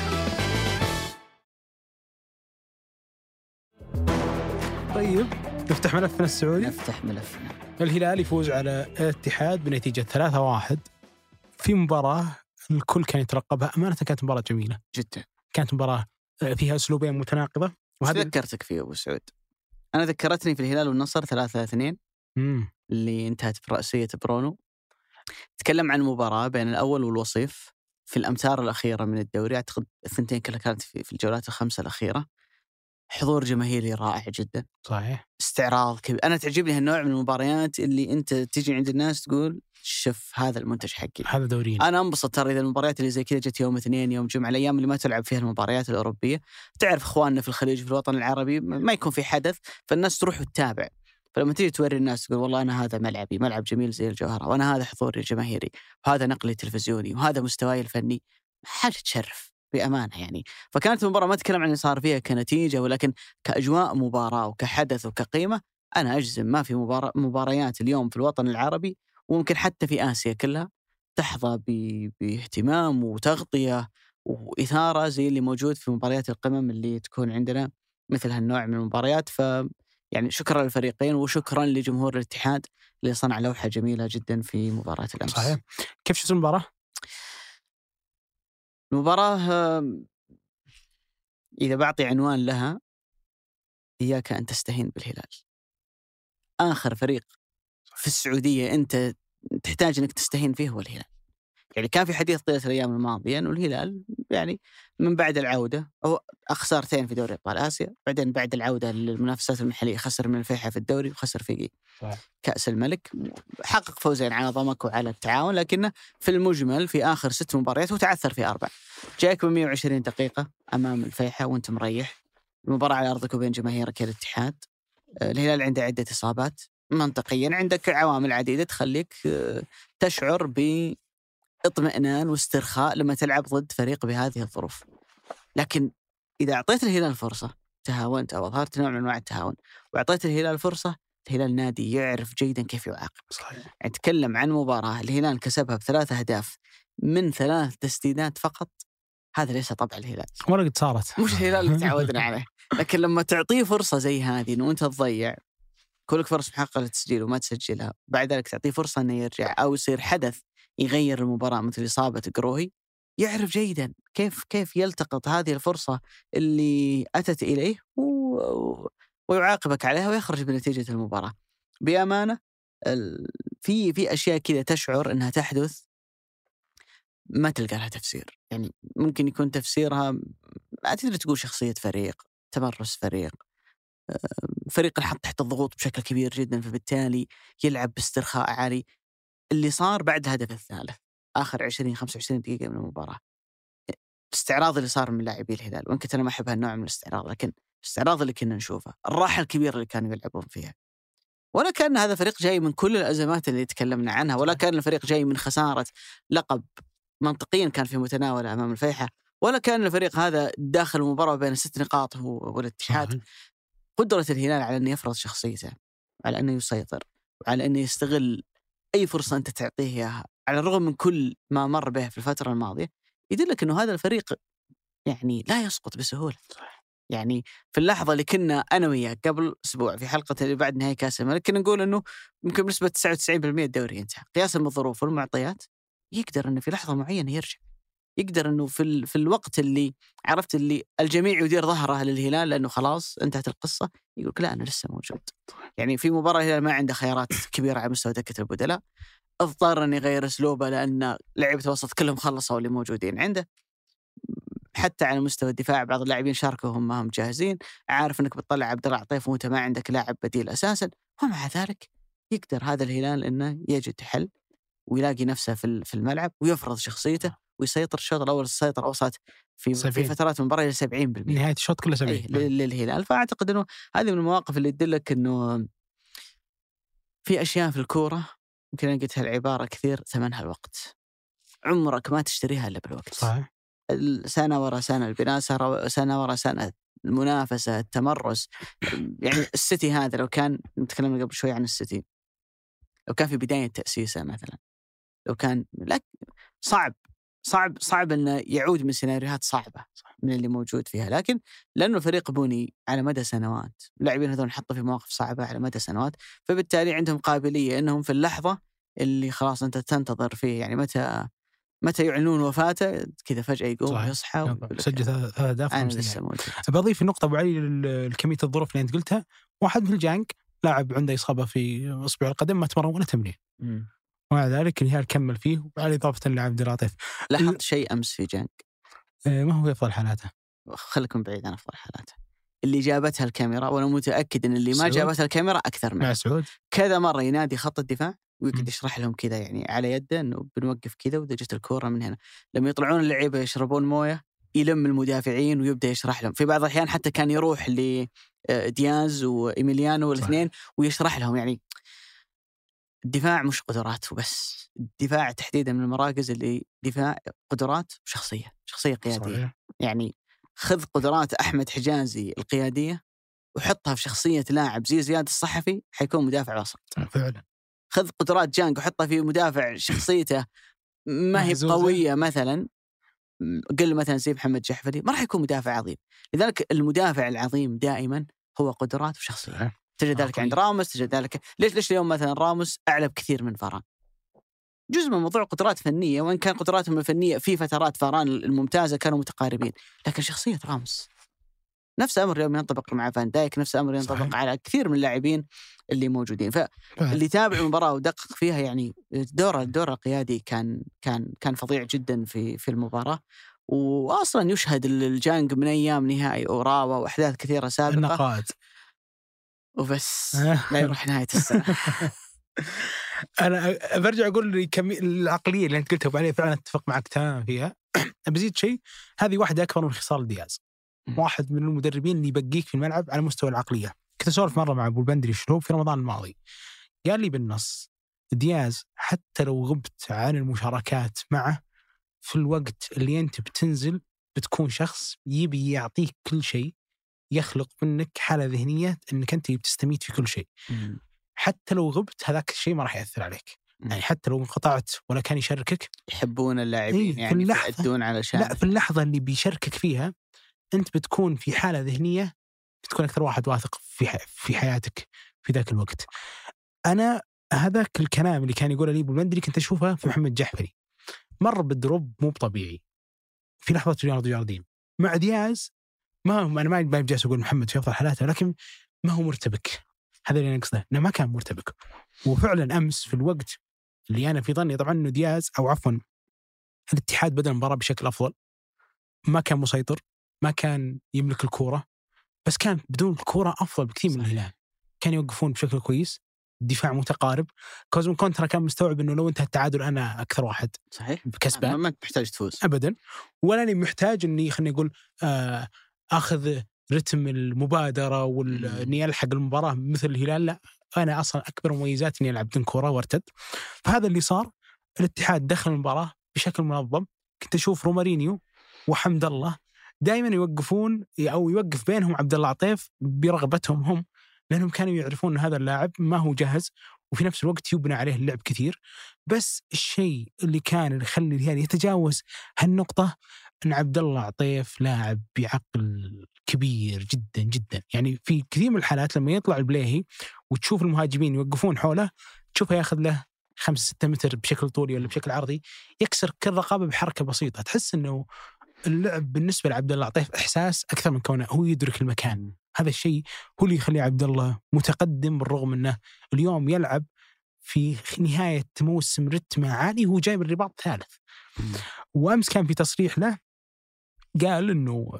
طيب نفتح ملفنا السعودي. نفتح ملفنا. الهلال يفوز على الاتحاد بنتيجة ثلاثة واحد في مباراة الكل كان يترقبها. أمانة كانت مباراة جميلة جدا. كانت مباراة فيها أسلوبين متناقضة. وهذا ذكرتك فيه أبو سعود. أنا ذكرتني في الهلال والنصر ثلاثة اثنين اللي انتهت برأسية برونو. تكلم عن مباراة بين الأول والوصيف في الأمتار الأخيرة من الدوري. أعتقد الثنتين كلها كانت في, في الجولات الخمسة الأخيرة. حضور جماهيري رائع جدا. صحيح. استعراض كبير. أنا تعجبني هالنوع من المباريات اللي أنت تيجي عند الناس تقول شوف هذا المنتج حقي، هذا دورينا. أنا أنبسط ترى إذا المباريات اللي زي كذا جت يوم اثنين يوم جمعة، الأيام اللي ما تلعب فيها المباريات الأوروبية. تعرف إخواننا في الخليج في الوطن العربي ما يكون في حدث فالناس تروح وتتابع. فلما تيجي توري الناس تقول والله أنا هذا ملعبي، ملعب جميل زي الجوهرة، وأنا هذا حضوري الجماهيري، وهذا نقلي تلفزيوني، وهذا مستواي الفني، حاجة تشرف بأمانة يعني. فكانت المباراة ما أتكلم عن اللي صار فيها كنتيجة، ولكن كأجواء مباراة وكحدث وكقيمة أنا أجزم ما في مباراة مباريات اليوم في الوطن العربي وممكن حتى في آسيا كلها تحظى باهتمام وتغطية وإثارة زي اللي موجود في مباريات القمم اللي تكون عندنا مثل هالنوع من المباريات. ف يعني شكرا للفريقين وشكرا لجمهور الاتحاد اللي صنع لوحة جميلة جدا في مباراة الأمس. صحيح. كيف شفت المباراة؟ المباراة إذا بعطي عنوان لها إياك أن تستهين بالهلال. آخر فريق في السعودية أنت تحتاج أنك تستهين فيه هو الهلال. يعني كان في حديث طيلة الأيام الماضية أنه الهلال يعني من بعد العودة أو خسارتين في دوري أبطال آسيا، بعدين بعد العودة للمنافسات المحلية خسر من الفيحة في الدوري وخسر في كأس الملك. حقق فوزين على ضمك وعلى التعاون، لكنه في المجمل في آخر ست مباريات وتعثر في أربع. جاك بمئة وعشرين دقيقة أمام الفيحة وأنت مريح، المباراة على أرضك وبين جماهيرك الاتحاد. الهلال عنده عدة إصابات، منطقيا عندك عوامل عديدة تخليك تشعر باطمئنان واسترخاء لما تلعب ضد فريق بهذه الظروف. لكن إذا أعطيت الهلال فرصة تهاونت أو أظهرت نوع من أنواع التهاون وأعطيت الهلال فرصة، الهلال نادي يعرف جيدا كيف يعاقب. صحيح. أتكلم عن مباراة الهلال كسبها بثلاثة أهداف من ثلاث تسديدات فقط، هذا ليس طبع الهلال ولا قد صارت، مش الهلال اللي تعودنا عليه. لكن لما تعطيه فرصة زي هذه إنه أنت تضيع كلك فرص محققة للتسجيل وما تسجلها، بعد ذلك تعطيه فرصة إنه يرجع أو يصير حدث يغير المباراة مثل إصابة قروهي، يعرف جيدا كيف كيف يلتقط هذه الفرصة اللي أتت إليه و... ويعاقبك عليها ويخرج بنتيجة المباراة. بأمانة في في أشياء كذا تشعر أنها تحدث ما تلقى لها تفسير. يعني ممكن يكون تفسيرها ما تقدر تقول شخصية فريق، تمرس فريق، فريق انحط تحت الضغوط بشكل كبير جدا فبالتالي يلعب باسترخاء عالي. اللي صار بعد الهدف الثالث آخر عشرين خمسة وعشرين دقيقة من المباراة، الاستعراض اللي صار من لاعبي الهلال، وإن كنت أنا ما أحب هالنوع من الاستعراض، لكن الاستعراض اللي كنا نشوفه، الراحة الكبيرة اللي كانوا يلعبون فيها، ولا كان هذا فريق جاي من كل الأزمات اللي تكلمنا عنها، ولا كان الفريق جاي من خسارة لقب منطقيا كان في متناول أمام الفيحة، ولا كان الفريق هذا داخل المباراة بين ست نقاط هو والاتحاد. قدرة الهلال على أن يفرض شخصيته، على أنه يسيطر، وعلى أنه يستغل أي فرصة أنت تعطيه إياها على الرغم من كل ما مر به في الفترة الماضية، يدلك أنه هذا الفريق يعني لا يسقط بسهولة. يعني في اللحظة اللي كنا أنا وياك قبل أسبوع في حلقة اللي بعد نهاية كأس الملك كنا نقول أنه ممكن بنسبة تسعة وتسعين بالمئة الدوري انتهى، قياسا بالظروف والمعطيات يقدر أنه في لحظة معينة يرجع، يقدر أنه في ال... في الوقت اللي عرفت اللي الجميع يدير ظهره للهلال لأنه خلاص انتهت القصة، يقول لا أنا لسه موجود. يعني في مباراة الهلال ما عنده خيارات كبيرة على مستوى دكة البدلاء، اضطر أن يغير أسلوبه لأن لعيبة وسط كلهم خلصوا اللي موجودين عنده. حتى على مستوى الدفاع بعض اللاعبين شاركوا هم ما هم جاهزين، عارف أنك بتطلع عبد الله عطيف وأنت ما عندك لاعب بديل أساسا، ومع ذلك يقدر هذا الهلال أنه يجد حل ويلاقي نفسه في في الملعب ويفرض شخصيته ويسيطر. الشوط الأول السيطرة وصلت في في فترات المباراة إلى سبعين بالمئة نهاية الشوط كله سبعين للهلال. فأعتقد إنه هذه من المواقف اللي تدلك إنه في أشياء في الكورة يمكن أنا قلت هالعبارة كثير، ثمنها الوقت. عمرك ما تشتريها إلا بالوقت. صحيح. سنة ورا سنة البناء، سنة ورا سنة المنافسة، التمرس. يعني السيتي هذا لو كان نتكلم قبل شوي عن السيتي، لو كان في بداية تأسيسه مثلا، لو كان لك صعب صعب صعب أنه يعود من سيناريوهات صعبة من اللي موجود فيها، لكن لأنه الفريق بني على مدى سنوات، اللاعبين هذول نحطوا في مواقف صعبة على مدى سنوات، فبالتالي عندهم قابلية أنهم في اللحظة اللي خلاص أنت تنتظر فيه، يعني متى متى يعلنون وفاته كذا فجأة يقوم يصحى سجل ثلاث أهداف. أنا لسه موجود. بضيف النقطة أبو علي الكمية الظروف اللي أنت قلتها. واحد مثل جانك لاعب عنده إصابة في أصبع القدم، ما تمرن ولا تمرين، ومع ذلك الهلال كمل فيه، وعلى إضافة لعبد اللطيف. لاحظت ال... شيء أمس في جانك؟ ما هو أفضل حالاته؟ خلكم بعيد عن أفضل حالاته. اللي جابتها الكاميرا، وأنا متأكد أن اللي ما جابتها الكاميرا أكثر منه. مع سعود كذا مرة ينادي خط الدفاع ويقعد يشرح لهم كذا يعني على يده أنه بنوقف كذا وإذا جت الكورة من هنا. لما يطلعون اللعيبة يشربون موية يلم المدافعين ويبدأ يشرح لهم. في بعض الأحيان حتى كان يروح لدياز وإيميليانو الاثنين ويشرح لهم. يعني الدفاع مش قدرات وبس، الدفاع تحديدا من المراكز اللي دفاع قدرات وشخصية، شخصية قيادية. صحيح. يعني خذ قدرات أحمد حجازي القيادية وحطها في شخصية لاعب زي زياد الصحفي، حيكون مدافع وسط فعلا. خذ قدرات جانك وحطها في مدافع شخصيته ما هي قوية مثلا، قل مثلا زي محمد جحفلي، ما راح يكون مدافع عظيم. لذلك المدافع العظيم دائما هو قدرات وشخصية. تجد ذلك عند راموس، تجد ذلك ليش ليش اليوم مثلا راموس أعلى بكثير من فاران. جزء من موضوع قدرات فنية، وإن كان قدراتهم الفنية في فترات فاران الممتازة كانوا متقاربين، لكن شخصية راموس نفس أمر اليوم ينطبق مع فان دايك، نفس أمر ينطبق صحيح. على كثير من اللاعبين اللي موجودين. فاللي تابع المباراة ودقق فيها يعني دور الدور القيادي كان كان كان فظيع جدا في في المباراة. وأصلا يشهد الجانج من أيام نهائي أوراوا وأحداث كثيرة سابقة النقاط وبس لا يروح نهاية السنة. أنا برجع أقول لي كم العقلية اللي أنت قلتها عليها فعلا أتفق معك تماما فيها. بزيد شيء، هذه واحدة أكبر من خصال دياز، واحد من المدربين اللي يبقيك في الملعب على مستوى العقلية. كنت أسولف مرة مع أبو البندري شلوب في رمضان الماضي، قال لي بالنص دياز حتى لو غبت عن المشاركات معه في الوقت اللي أنت بتنزل بتكون شخص يبي يعطيك كل شيء، يخلق منك حالة ذهنية أنك أنت بتستميت في كل شيء. م. حتى لو غبت هذاك الشيء ما راح يأثر عليك. م. يعني حتى لو انقطعت ولا كان يشاركك، يحبون اللاعبين إيه يعني يأدون على شان. لا، في اللحظة اللي بيشاركك فيها أنت بتكون في حالة ذهنية، بتكون أكثر واحد واثق في في حياتك في ذاك الوقت. أنا هذاك الكلام اللي كان يقوله لي أبو البندري كنت أشوفه في محمد جحفري، مر بالدروب مو طبيعي في لحظة رياض جاردين مع دياز. ما أنا ما ما بجالس أقول محمد في أفضل حالاته، لكن ما هو مرتبك. هذا اللي أنا قصده، إنه ما كان مرتبك. وفعلا أمس في الوقت اللي أنا في ظني طبعا إنه دياز أو عفوا الاتحاد بدأ المباراة بشكل أفضل، ما كان مسيطر، ما كان يملك الكرة، بس كان بدون الكرة أفضل بكثير من الهلال. كان يوقفون بشكل كويس، الدفاع متقارب. كوزمون كونترا كان مستوعب إنه لو انتهى التعادل أنا أكثر واحد صحيح بكسبان، ما محتاج تفوز أبدا، ولا أني محتاج إني خلني أقول آه أخذ رتم المبادرة وإني ألحق المباراة مثل الهلال. لا، أنا أصلا أكبر مميزات إني ألعب بدون كرة وارتد. فهذا اللي صار. الاتحاد دخل المباراة بشكل منظم. كنت أشوف رومارينيو وحمد الله دائما يوقفون أو يوقف بينهم عبد الله عطيف برغبتهم هم، لأنهم كانوا يعرفون أن هذا اللاعب ما هو جاهز، وفي نفس الوقت يبنى عليه اللعب كثير. بس الشيء اللي كان اللي يخلي الهلال يتجاوز هالنقطة أن عبد الله عطيف لاعب بعقل كبير جدا جدا. يعني في كثير من الحالات لما يطلع البلاهي وتشوف المهاجمين يوقفون حوله، تشوفه ياخذ له خمسة ستة متر بشكل طولي ولا بشكل عرضي، يكسر كل رقابة بحركة بسيطة. تحس أنه اللعب بالنسبة لعبد الله عطيف إحساس أكثر من كونه هو يدرك المكان. هذا الشيء هو اللي يخلي عبد الله متقدم، بالرغم أنه اليوم يلعب في نهاية موسم رتمه عالي، هو جاي من الرباط ثالث. وأمس كان في تصريح له قال أنه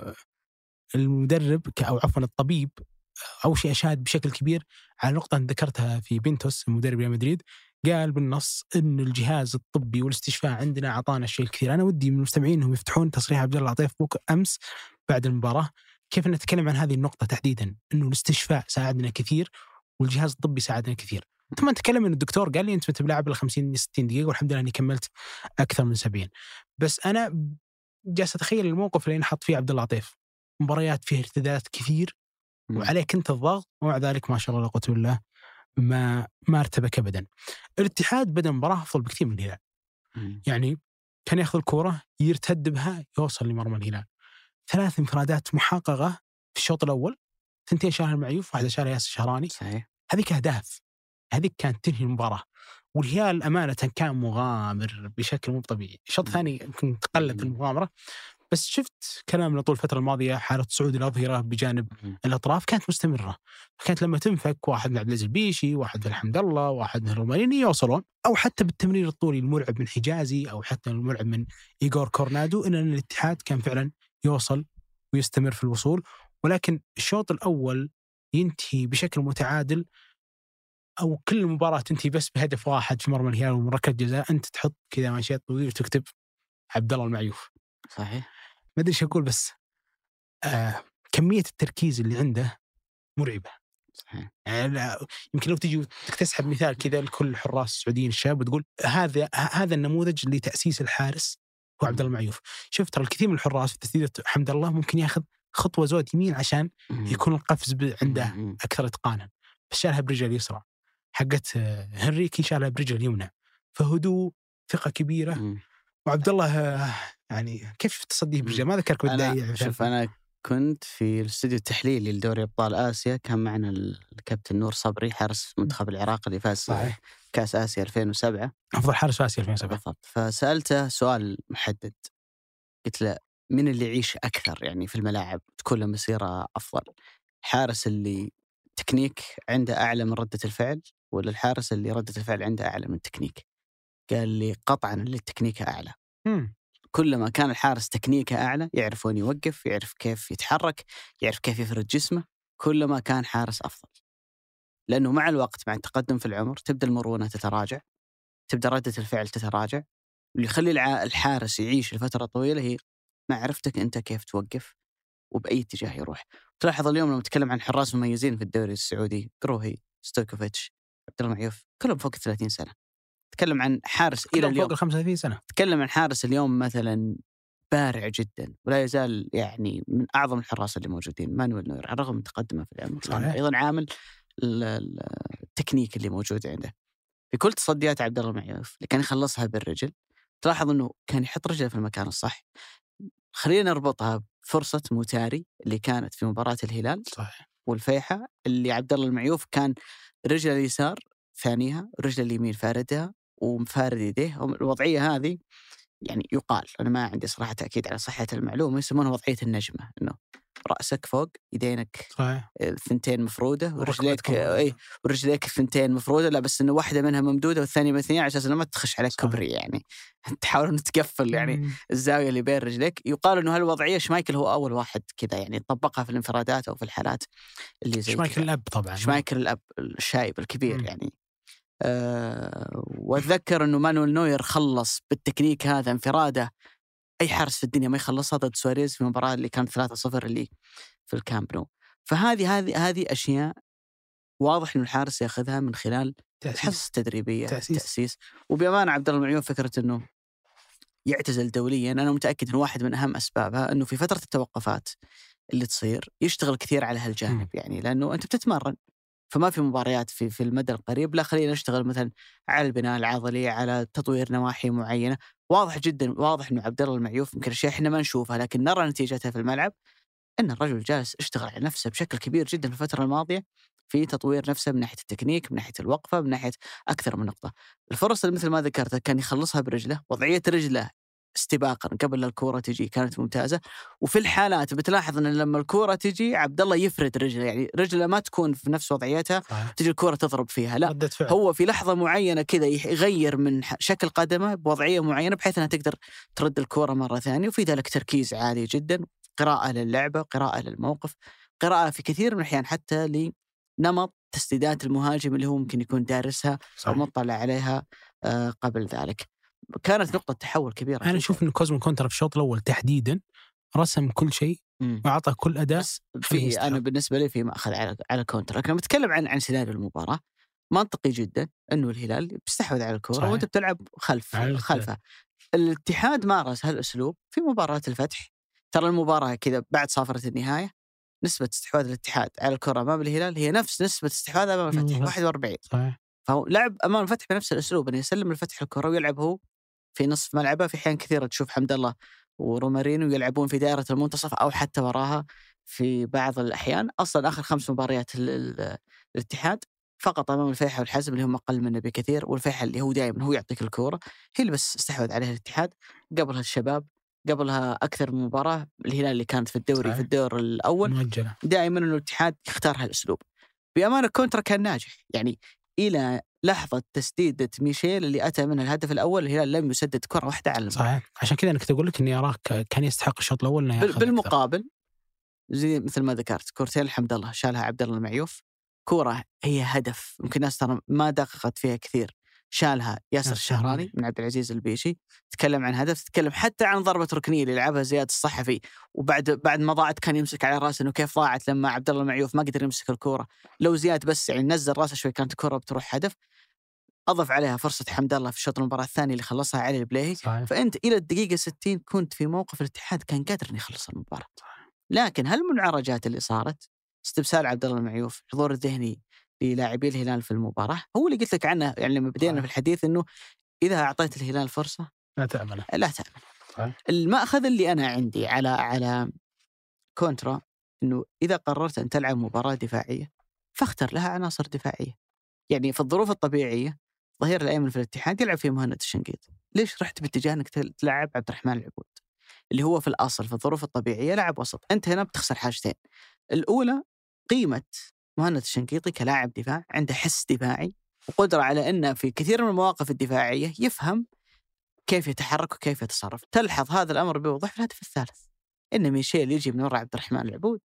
المدرب أو عفوا الطبيب أو شيء أشاد بشكل كبير على نقطة ذكرتها في بنتوس مدرب ريال مدريد. قال بالنص إن الجهاز الطبي والاستشفاء عندنا أعطانا الشيء الكثير. أنا ودي من المستمعين إنهم يفتحون تصريح عبد الله العطيف بوك أمس بعد المباراة، كيف نتكلم عن هذه النقطة تحديدا، إنه الاستشفاء ساعدنا كثير والجهاز الطبي ساعدنا كثير. ثم نتكلم إن الدكتور قال لي أنت متبلاعب الخمسين ستين دقيقة والحمد لله أني كملت أكثر من سبعين. بس أنا جالس أتخيل الموقف اللي نحط فيه عبد الله العطيف، مباريات فيها ارتدادات كثير وعليك أنت الضغط، ومع ذلك ما شاء الله لا قوة إلا بالله ما ما ارتبك أبدا. الاتحاد بدأ مباراة أفضل بكثير من الهلال. يعني كان يأخذ الكرة يرتد بها يوصل لمرمى الهلال. ثلاث انفرادات محققة في الشوط الأول، ثنتين شالها المعيوف، واحدة شالها ياسر الشهراني. صحيح. هذيك أهداف، هذيك كانت تنهي المباراة. والهلال أمانة كان مغامر بشكل مو طبيعي. الشوط الثاني كنت تقلت المغامرة، بس شفت كلامنا طول الفترة الماضية حالة صعود الأظهرة بجانب الأطراف كانت مستمرة. كانت لما تنفك واحد من عبد العزيز البيشي، واحد من الحمد الله، واحد من الرومانيني يوصلون، أو حتى بالتمرير الطولي المرعب من حجازي، أو حتى المرعب من إيغور كورنادو، إن الاتحاد كان فعلا يوصل ويستمر في الوصول. ولكن الشوط الأول ينتهي بشكل متعادل، أو كل المباراة تنتهي بس بهدف واحد في مرمى الهلال ومن ركلة جزاء، أنت تحط كذا مانشيت طويل وتكتب عبد الله المعيوف. صحيح. ما أدري إيش أقول، بس آه كمية التركيز اللي عنده مرعبة. صحيح. يعني يمكن لو تيجي تسحب مثال كذا لكل حراس السعوديين الشباب وتقول هذا هذا النموذج لتأسيس الحارس هو عبد الله المعيوف. شفت ترى الكثير من الحراس في تسديدة حمد الله ممكن ياخذ خطوة زود يمين عشان يكون القفز عنده أكثر إتقانا، بس شالها برجل اليسرى. حقت هنريكي شالها برجل اليمنى، فهدوء، ثقة كبيرة. مم. وعبد الله يعني كيف تصديه برجل؟ ما ذكرك بالدقيقة. شوف أنا كنت في الاستوديو التحليلي لدوري أبطال آسيا، كان معنا الكابتن نور صبري حارس منتخب العراق اللي فاز صحيح. كأس آسيا ألفين وسبعة، أفضل حارس في آسيا ألفين وسبعة بالضبط. فسألته سؤال محدد، قلت له من اللي يعيش أكثر يعني في الملاعب تكون له مسيرة أفضل، الحارس اللي تكنيك عنده أعلى من ردة الفعل، ولا الحارس اللي ردة الفعل عنده أعلى من التكنيك؟ قال لي قطعا اللي التكنيك أعلى. مم. كلما كان الحارس تكنيكه أعلى، يعرف وين يوقف، يعرف كيف يتحرك، يعرف كيف يفرد جسمه، كلما كان حارس أفضل. لأنه مع الوقت، مع التقدم في العمر، تبدأ المرونة تتراجع، تبدأ ردة الفعل تتراجع. اللي يخلي الحارس يعيش لفترة طويلة هي معرفتك أنت كيف توقف وبأي اتجاه يروح. تلاحظ اليوم لما نتكلم عن حراس مميزين في الدوري السعودي، قروهي، ستويكوفيتش، عبد الله المعيوف، كلهم فوق ثلاثين سنة. تكلم عن حارس إلى اليوم فوق خمسة وثلاثين سنة. تكلم عن حارس اليوم مثلا بارع جدا ولا يزال يعني من أعظم الحراس اللي موجودين، مانويل نوير، على الرغم من تقدمه في العمر، أيضا عامل التكنيك اللي موجود عنده. في كل تصديات عبد الله المعيوف اللي كان يخلصها بالرجل، تلاحظ أنه كان يحط رجله في المكان الصح. خلينا نربطها بفرصة موتاري اللي كانت في مباراة الهلال صحيح. والفيحة، اللي عبد الله المعيوف كان رجل اليسار ثانيها، رجل اليمين فاردها ومفارد يديه. الوضعية هذه يعني يقال، أنا ما عندي صراحة تأكيد على صحة المعلومة، يسمونها وضعية النجمة، إنه رأسك فوق، يدينك الثنتين مفرودة، ورجليك أي ورجليك الثنتين مفرودة، لا بس إنه واحدة منها ممدودة والثانية مثنية على أساس إنه ما تخش عليك كبري، يعني تحاول إنه تقفل يعني مم. الزاوية اللي بين رجليك. يقال إنه هالوضعية شمايكل هو أول واحد كذا يعني طبقها في الانفرادات أو في الحالات اللي زي شمايكل الأب طبعا، شمايكل الأب الشايب الكبير مم. يعني أه وأتذكر أنه مانويل نوير خلص بالتكنيك هذا انفرادة أي حارس في الدنيا ما يخلصها ضد سواريز في المباراة اللي كانت ثلاثة صفر اللي في الكامب نو. فهذه هذه هذه أشياء واضح إنه الحارس يأخذها من خلال الحصص التدريبية، تأسيس. تأسيس. وبأمانة عبد الله المعيوف فكرة إنه يعتزل دوليا، أنا متأكد إنه واحد من أهم أسبابها إنه في فترة التوقفات اللي تصير يشتغل كثير على هالجانب م. يعني لأنه أنت بتتمرن، فما في مباريات في في المدى القريب، لا خلينا نشتغل مثلا على البناء العضلي، على تطوير نواحي معينة. واضح جدا، واضح إنه عبد الله المعيوف يمكن أشياء إحنا ما نشوفها لكن نرى نتيجتها في الملعب، أن الرجل جالس اشتغل على نفسه بشكل كبير جدا في الفترة الماضية في تطوير نفسه من ناحية التكنيك، من ناحية الوقفة، من ناحية أكثر من نقطة. الفرص اللي مثل ما ذكرتها كان يخلصها برجله، وضعية رجله استباقا قبل الكرة تجي كانت ممتازة. وفي الحالات بتلاحظ أن لما الكرة تجي عبد الله يفرد رجله، يعني رجله ما تكون في نفس وضعيتها تجي الكرة تضرب فيها، لا هو في لحظة معينة كذا يغير من شكل قدمه بوضعية معينة بحيث أنها تقدر ترد الكرة مرة ثانية. وفي ذلك تركيز عالي جدا، قراءة للعبة، قراءة للموقف، قراءة في كثير من الأحيان حتى نمط تسديدات المهاجم اللي هو ممكن يكون دارسها أو مطلع عليها قبل ذلك. كانت نقطة تحول كبيرة. أنا أشوف إن كوزمو كونترا في الشوط الأول تحديدا رسم كل شيء وأعطى كل أداء. في أنا بالنسبة لي في مأخذ على على كونترا. لكن بتكلم عن عن سيناريو المباراة منطقي جدا إنه الهلال بيستحوذ على الكرة وأنت بتلعب خلف خلفه. الاتحاد مارس هالأسلوب في مباراة الفتح. ترى المباراة كذا بعد صافرة النهاية نسبة استحواذ الاتحاد على الكرة أمام الهلال هي نفس نسبة استحواذ أمام الفتح واحد وأربعين. صحيح. فهو لعب أمام الفتح بنفس الأسلوب أنه يسلم الفتح الكرة ويلعب هو في نصف ملعبه. في حين كثيرة تشوف حمد الله ورومارينو يلعبون في دائرة المنتصف أو حتى وراها في بعض الأحيان. أصلا آخر خمس مباريات الاتحاد فقط أمام الفيحة والحزم اللي هم أقل منه بكثير، والفيحة اللي هو دائما هو يعطيك الكرة هي اللي بس استحوذ عليها الاتحاد. قبلها الشباب، قبلها أكثر من مباراة الهلال اللي كانت في الدوري صحيح. في الدور الأول مؤجلة. دائما إنه الاتحاد يختار هالأسلوب. بأمانة كونترا كان ناجح يعني إلى لحظة تسديدة ميشيل اللي أتى منها الهدف الأول الهلال لم يسدد كرة واحدة على المرمى. صحيح. عشان كذا أنا كنت أقول لك إني أراك كان يستحق الشوط الأول إنه ياخذ. بالمقابل أكثر. زي مثل ما ذكرت كورتين الحمد الله شالها عبد الله المعيوف، كورة هي هدف ممكن الناس ترى ما دققت فيها كثير، شالها ياسر الشهراني من عبد العزيز البيشي. تكلم عن هدف، تتكلم حتى عن ضربة ركنية اللي لعبها زياد الصحفي وبعد بعد ما ضاعت كان يمسك على راسه إنه كيف ضاعت لما عبد الله المعيوف ما قدر يمسك الكورة. لو زياد بس يعني نزل راسه شوي كانت الكورة بتروح هدف. أضف عليها فرصة حمد الله في الشوط المباراة الثاني اللي خلصها علي البليهي. صحيح. فأنت إلى الدقيقة ستين كنت في موقف الاتحاد كان قادر إنه يخلص المباراة. لكن هالمنعرجات اللي صارت، استبسال عبد الله المعيوف، الحضور الذهني للاعبي الهلال في المباراة هو اللي قلت لك عنه يعني لما بدينا في الحديث إنه إذا أعطيت الهلال فرصة لا تأمله لا تأمل. المأخذ اللي أنا عندي على على كونترا إنه إذا قررت أن تلعب مباراة دفاعية فاختر لها عناصر دفاعية. يعني في الظروف الطبيعية ظهير الأيمن في الاتحاد يلعب فيه مهند الشنقيطي، ليش رحت باتجاه إنك تلعب عبد الرحمن العبود اللي هو في الأصل في الظروف الطبيعية لاعب وسط؟ أنت هنا بتخسر حاجتين. الأولى قيمة مهند الشنقيطي كلاعب دفاع، عنده حس دفاعي وقدرة على أنه في كثير من المواقف الدفاعية يفهم كيف يتحرك وكيف يتصرف. تلحظ هذا الأمر بوضوح في الهدف الثالث إن ميشيل يجي من وراء عبد الرحمن العبود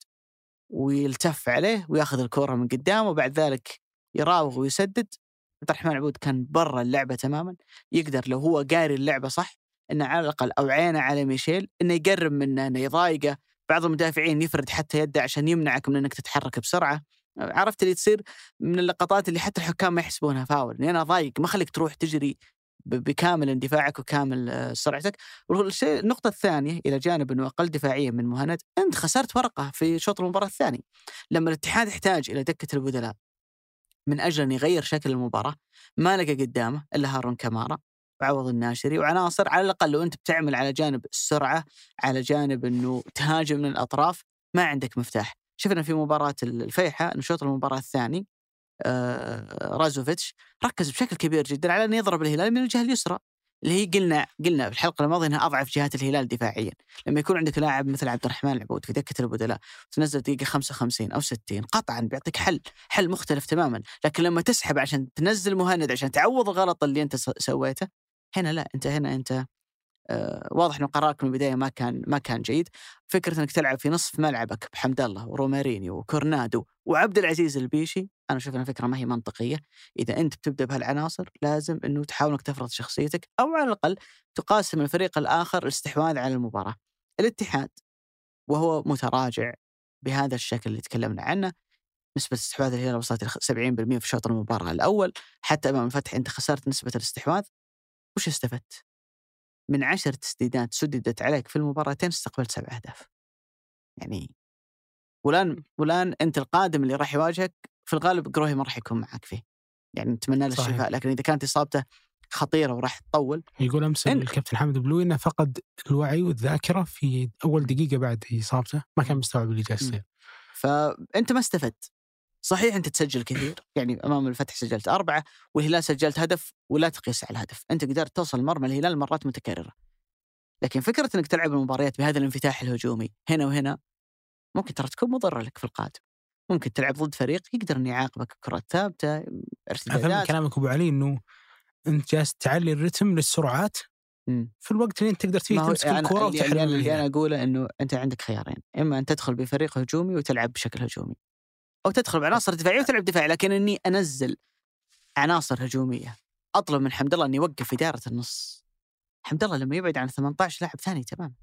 ويلتف عليه ويأخذ الكرة من قدامه وبعد ذلك يراوغ ويسدد. عبد الرحمن العبود كان برا اللعبة تماما، يقدر لو هو قاري اللعبة صح إنه على الأقل أو عينه على ميشيل إنه يقرب منه، إنه يضايقه. بعض المدافعين يفرد حتى يده عشان يمنعك من إنك تتحرك بسرعة. عرفت اللي تصير من اللقطات اللي حتى الحكام ما يحسبونها فاول، إن أنا ضايق ما خليك تروح تجري بكامل اندفاعك وكامل سرعتك. والشيء النقطة الثانية إلى جانب إنه أقل دفاعية من مهند، أنت خسرت ورقة في شوط المباراة الثاني لما الاتحاد احتاج إلى دكة البدلاء من أجل أن يغير شكل المباراة. ما لقى قدامه إلا هارون كمارا وعوض الناشري وعناصر على الأقل لو أنت بتعمل على جانب السرعة، على جانب أنه تهاجم من الأطراف، ما عندك مفتاح. شفنا في مباراة الفيحة أنه شوط المباراة الثاني آه رازوفيتش ركز بشكل كبير جدا على أن يضرب الهلال من الجهة اليسرى اللي هي قلنا قلنا في الحلقة الماضية أنها أضعف جهات الهلال دفاعيا. لما يكون عندك لاعب مثل عبد الرحمن العبود في دكة البدلاء تنزل دقيقة خمسة وخمسين أو ستين قطعا بيعطيك حل حل مختلف تماما. لكن لما تسحب عشان تنزل مهند عشان تعوض الغلط اللي أنت سويته هنا، لا أنت هنا أنت آه واضح إنه قرارك من البداية ما كان ما كان جيد. فكرة إنك تلعب في نصف ملعبك بحمد الله ورومارينيو وكورنادو وعبد العزيز البيشي، أنا أشوف أنها فكرة ما هي منطقية. إذا أنت بتبدأ بهالعناصر لازم إنه تحاول إنك تفرض شخصيتك أو على الأقل تقاسم الفريق الآخر الاستحواذ على المباراة. الاتحاد وهو متراجع بهذا الشكل اللي تكلمنا عنه، نسبة استحواذ الهلال وصلت إلى سبعين بالمئة في شوط المباراة الأول، حتى أمام الفتح أنت خسرت نسبة الاستحواذ. وش استفدت؟ من عشر تسديدات سددت عليك في المباراتين استقبلت سبع أهداف. يعني ولان ولان أنت القادم اللي راح يواجهك في الغالب قروهي ما راح يكون معك فيه، يعني نتمنى له الشفاء. لكن إذا كانت إصابته خطيرة وراح تطول. يقول أمس الكابتن حامد بلوي إنه فقد الوعي والذاكرة في أول دقيقة بعد إصابته، ما كان مستوعب اللي جالس يصير. فأنت ما استفدت. صحيح أنت تسجل كثير، يعني أمام الفتح سجلت أربعة والهلال سجلت هدف ولا تقيس على الهدف، أنت قدرت توصل مرمى الهلال مرات متكررة. لكن فكرة أنك تلعب المباريات بهذا الانفتاح الهجومي هنا وهنا ممكن ترى تكون مضرة لك في القادم. ممكن تلعب ضد فريق يقدر أن يعاقبك كرات ثابتة ارتدادات. أفهم كلامك أبو علي إنه أنت جالس تعلي الرتم للسرعات م. في الوقت اللي أنت تقدر فيه تمسك الكرة وتحرر. اللي أنا أقوله أنه أنت عندك خيارين، إما أن تدخل بفريق هجومي وتلعب بشكل هجومي، أو تدخل بعناصر دفاعية وتلعب دفاعي، لكن إني أنزل عناصر هجومية أطلب من حمد الله أن يوقف إدارة النص. حمد الله لما يبعد عن ثمانية عشر لاعب ثاني تمام،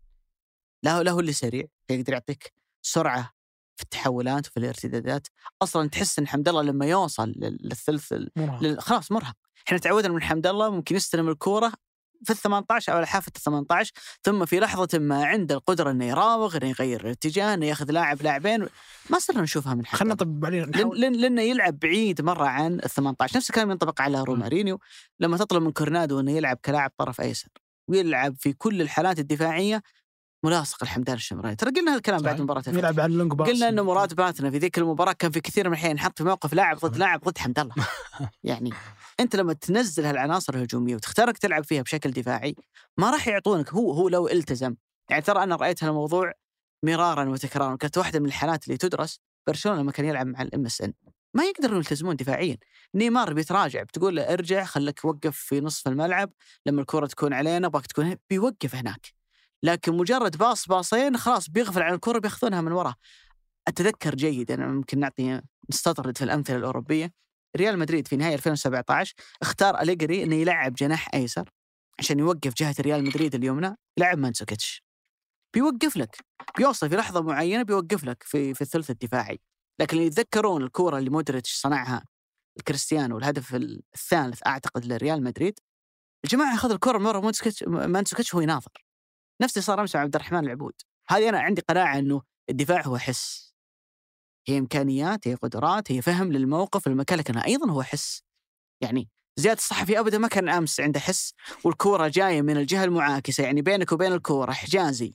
له له اللي سريع يقدر يعطيك سرعة في التحولات وفي الارتدادات. أصلا تحس إن حمد الله لما يوصل للثلث لل... خلاص مرهق. إحنا تعودنا من حمد الله ممكن يستلم الكورة في الثمانية عشر أو على حافة الثمانية عشر، ثم في لحظة ما عنده القدرة إنه يراوغ، إنه يغير الاتجاه، إنه يأخذ لاعب لاعبين. ما صرنا نشوفها من حمد. خلنا نطبق عليه لأن لأنه يلعب بعيد مرة عن الثمانية عشر. نفس الكلام ينطبق على رومارينيو لما تطلب من كورنادو إنه يلعب كلاعب طرف أيسر ويلعب في كل الحالات الدفاعية ملاصق الحمدان الشمراني. ترى قلنا هالكلام بعد مباراة يلعب على اللونج باس. قلنا إنه مراد باتنا في ذيك المباراة كان في كثير من الحين نحط في موقف لاعب ضد لاعب ضد حمد الله. يعني أنت لما تنزل هالعناصر الهجومية وتختارك تلعب فيها بشكل دفاعي ما راح يعطونك. هو هو لو التزم، يعني ترى أنا رأيت هالموضوع مرارا وتكرارا. كانت واحدة من الحالات اللي تدرس برشلونة لما كان يلعب مع الام اس ان ما يقدرون يلتزمون دفاعيا. نيمار بيتراجع بتقول له ارجع خلك وقف في نصف الملعب لما الكرة تكون علينا باك تكون بيوقف هناك، لكن مجرد باص باصين خلاص بيغفل عن الكرة بياخذونها من وراء. أتذكر جيدا أنا ممكن نعطي نستطرد في الأمثلة الأوروبية. ريال مدريد في نهاية ألفين وسبعة عشر اختار أليجري إنه يلعب جناح أيسر عشان يوقف جهة ريال مدريد اليمنى. يلعب مانسوكيتش بيوقف لك، بيوصل في لحظة معينة بيوقف لك في في الثلث الدفاعي. لكن اللي يتذكرون الكرة اللي مودريتش صنعها الكريستيانو والهدف الثالث أعتقد لريال مدريد، الجماعة أخذ الكرة من وراء مانسوكيتش وهو يناظر. نفس اللي صار أمس مع عبد الرحمن العبود. هذه أنا عندي قناعة إنه الدفاع هو حس، هي إمكانيات، هي قدرات، هي فهم للموقف المكان، لكنها أيضا هو حس. يعني زياد الصحفي أبدا ما كان أمس عنده حس والكرة جاية من الجهة المعاكسة، يعني بينك وبين الكرة حجازي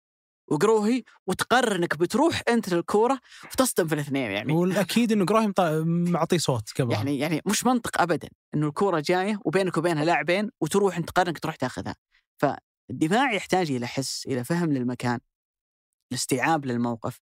وقروهي، وتقرر إنك بتروح أنت للكرة وتصدم في الاثنين. يعني والأكيد إنه قروهي معطي صوت قبل. يعني يعني مش منطق أبدا إنه الكرة جاية وبينك وبينها لاعبين وتروح أنت تقرر إنك تروح تأخذها. فالدفاع يحتاج إلى حس، إلى فهم للمكان، الاستيعاب للموقف.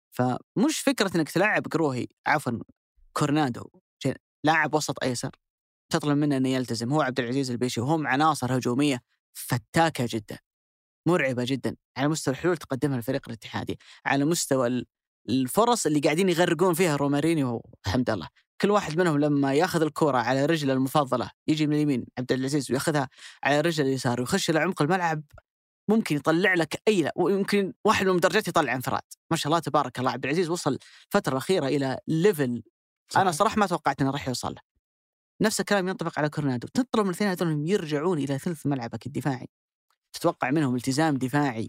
فمش فكرة إنك تلعب قروهي عفوا كورنادو لاعب وسط أيسر تطلب منه أن يلتزم. هو عبد العزيز البيشي وهم عناصر هجومية فتاكة جدا، مرعبة جدا على مستوى الحلول تقدمها الفريق الاتحادي، على مستوى الفرص اللي قاعدين يغرقون فيها رومارينيو وحمد الله. كل واحد منهم لما ياخذ الكرة على رجله المفضلة يجي من اليمين عبد العزيز وياخذها على رجله اليسار ويخش إلى عمق الملعب، ممكن يطلع لك أي لا، ويمكن واحد من درجات يطلع انفراد. ما شاء الله تبارك الله عبد العزيز وصل الفترة الأخيرة إلى ليفل أنا صراحة ما توقعت أنه راح يوصل له. نفس الكلام ينطبق على كورنادو. تطلب من الاثنين هذول يرجعون إلى ثلث ملعبك الدفاعي، تتوقع منهم التزام دفاعي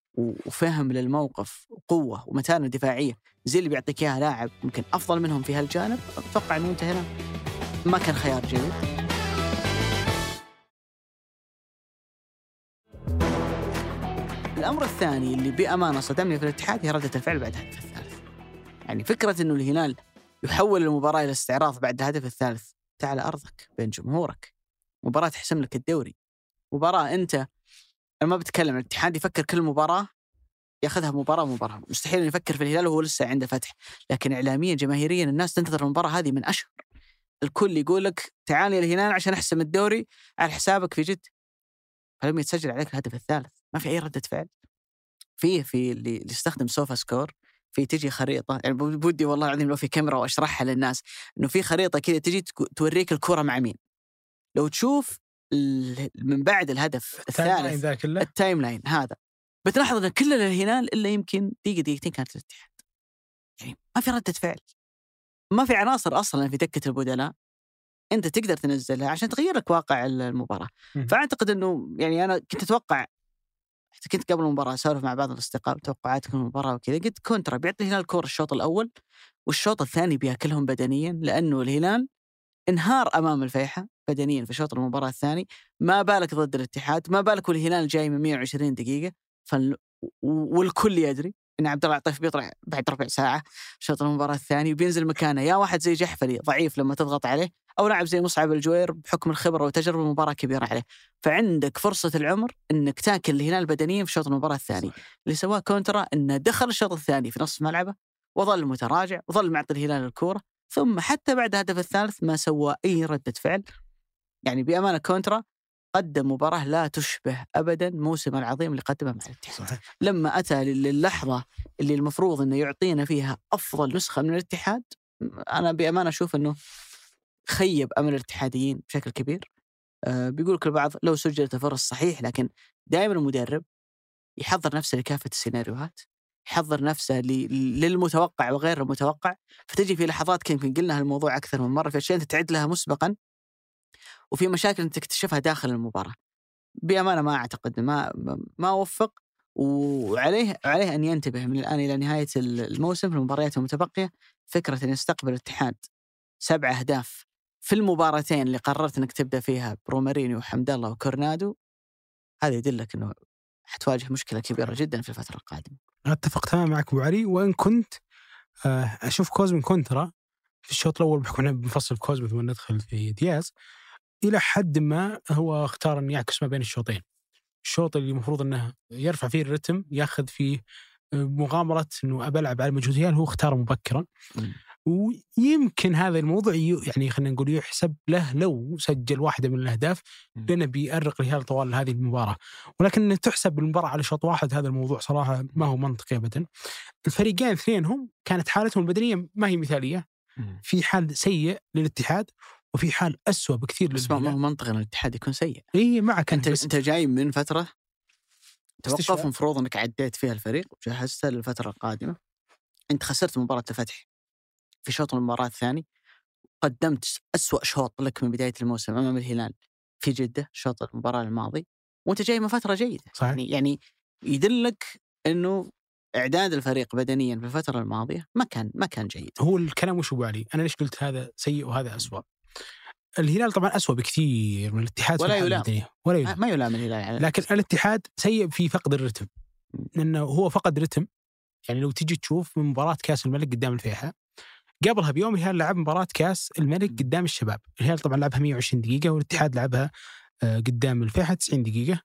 وفهم للموقف وقوة ومتانة دفاعية زي اللي بيعطيك إياها لاعب ممكن أفضل منهم في هالجانب. أتوقع أنه أنت هنا ما كان خيار جيد. الأمر الثاني اللي بأمانة صدمني في الاتحاد هي ردة الفعل بعد الهدف الثالث. يعني فكرة أنه الهلال يحول المباراة إلى استعراض بعد الهدف الثالث. تعال أرضك بين جمهورك، مباراة تحسم لك الدوري، مباراة أنت أنا ما بتكلم الاتحاد يفكر كل مباراة يأخذها مباراة مباراة، مستحيل يفكر في الهلال وهو لسه عنده فتح. لكن إعلاميا جماهيريا الناس تنتظر المباراة هذه من أشهر. الكل يقول لك تعال يا الهلال عشان أحسم الدوري على حسابك في جد. فلما يتسجل عليك الهدف الثالث ما في أي ردة فعل. فيه في اللي يستخدم سوفا سكور في تجي خريطة، يعني بودي والله العظيم لو في كاميرا وأشرحها للناس إنه في خريطة كذا تجي توريك الكرة مع مين. لو تشوف من بعد الهدف الثالث التايم لاين هذا بتلاحظ أن كل الهلال إلا يمكن دقيقة دقيقتين كانت الاتحاد. يعني ما في ردة فعل، ما في عناصر أصلا في دكة البدلاء أنت تقدر تنزلها عشان تغير لك واقع المباراة. فأعتقد أنه يعني أنا كنت أتوقع، حتى كنت قبل المباراة أسولف مع بعض الأصدقاء توقعاتكم المباراة وكذا، قلت كونترا بيعطي الهلال الكورة الشوط الأول والشوط الثاني بيأكلهم بدنيا، لأنه الهلال انهار أمام الفيحة بدنيا في شوط المباراة الثاني. ما بالك ضد الاتحاد، ما بالك والهلال جاي من مئة وعشرين دقيقة فال... والكل يدري إن عبد الله العطيف بيطلع بعد ربع ساعة شوط المباراة الثاني وبينزل مكانه يا واحد زي جحفلي ضعيف لما تضغط عليه، أو لاعب زي مصعب الجوير بحكم الخبرة وتجربة المباراة كبيرة عليه. فعندك فرصة العمر إنك تاكل الهلال بدنيا في شوط المباراة الثاني. اللي سواه كونترا إنه دخل الشوط الثاني في نصف ملعبه وظل متراجع وظل معطي الهلال الكورة، ثم حتى بعد الهدف الثالث ما سوى أي ردة فعل. يعني بأمانة كونترا قدم مباراة لا تشبه أبدا موسم العظيم اللي قدمه مع الاتحاد. لما أتى للحظة اللي المفروض أنه يعطينا فيها أفضل نسخة من الاتحاد أنا بأمانة أشوف أنه خيب أمل الاتحاديين بشكل كبير. أه بيقول كل بعض لو سجلت الفرص صحيح، لكن دائما المدرب يحضر نفسه لكافة السيناريوهات، يحضر نفسه للمتوقع وغير المتوقع. فتجي في لحظات كيف قلنا هالموضوع أكثر من مرة، في أشياء أنت تعد لها مسبقا وفي مشاكل أنت تكتشفها داخل المباراة. بأمانة ما أعتقد ما ما وفق، وعليه عليه أن ينتبه من الآن إلى نهاية الموسم في المباريات المتبقية. فكرة أن يستقبل الاتحاد سبع أهداف في المباراتين اللي قررت أنك تبدأ فيها برومارينيو وحمد الله وكورنادو، هذا يدلك أنه حتواجه مشكلة كبيرة جدا في الفترة القادمة. أتفق تماما معك أبو علي، وإن كنت أشوف كوزمين كونترا في الشوط الأول بحكم أنه بنفصل كوزمين ثم ندخل في دياز، إلى حد ما هو اختار أن يعكس ما بين الشوطين. الشوط اللي المفروض أنه يرفع فيه الرتم ياخذ فيه مغامرة أنه أبلعب على مجهوديال، هو اختاره مبكرا. م. ويمكن هذا الموضوع يعني خلينا نقول يحسب له لو سجل واحدة من الأهداف، لأنه بيأرق الهلال طوال هذه المباراة. ولكن تحسب المباراة على شوط واحد، هذا الموضوع صراحة ما هو منطقي أبدا. الفريقين اثنينهم كانت حالتهم البدنية ما هي مثالية، في حال سيء للاتحاد وفي حال أسوأ بكثير للهلال. ما هو منطقي أن الاتحاد يكون سيء. إيه معك أنت أنت جاي من فترة توقف مفروض أنك عديت فيها الفريق وجهزته للفترة القادمة. أنت خسرت مباراة الفتح في شوط المباراة الثاني، قدمت أسوأ شوط لك من بداية الموسم أمام الهلال في جدة شوط المباراة الماضي، وأنت جاي من فترة جيدة. صحيح. يعني يعني يدلك إنه إعداد الفريق بدنيا في الفترة الماضية ما كان ما كان جيد. هو الكلام وش أبو علي؟ أنا ليش قلت هذا سيء وهذا أسوأ؟ الهلال طبعا أسوأ بكثير من الاتحاد، ولا يلام ولا يلام ما يلام الهلال يعني. لكن الاتحاد سيء في فقد الرتم، لأنه هو فقد رتم. يعني لو تيجي تشوف من مباراة كاس الملك قدام الفيحاء، قبلها بيوم الهلال لعب مباراة كاس الملك قدام الشباب. الهلال طبعا لعبها مئة وعشرين دقيقة، والاتحاد لعبها قدام الفيحاء تسعين دقيقة.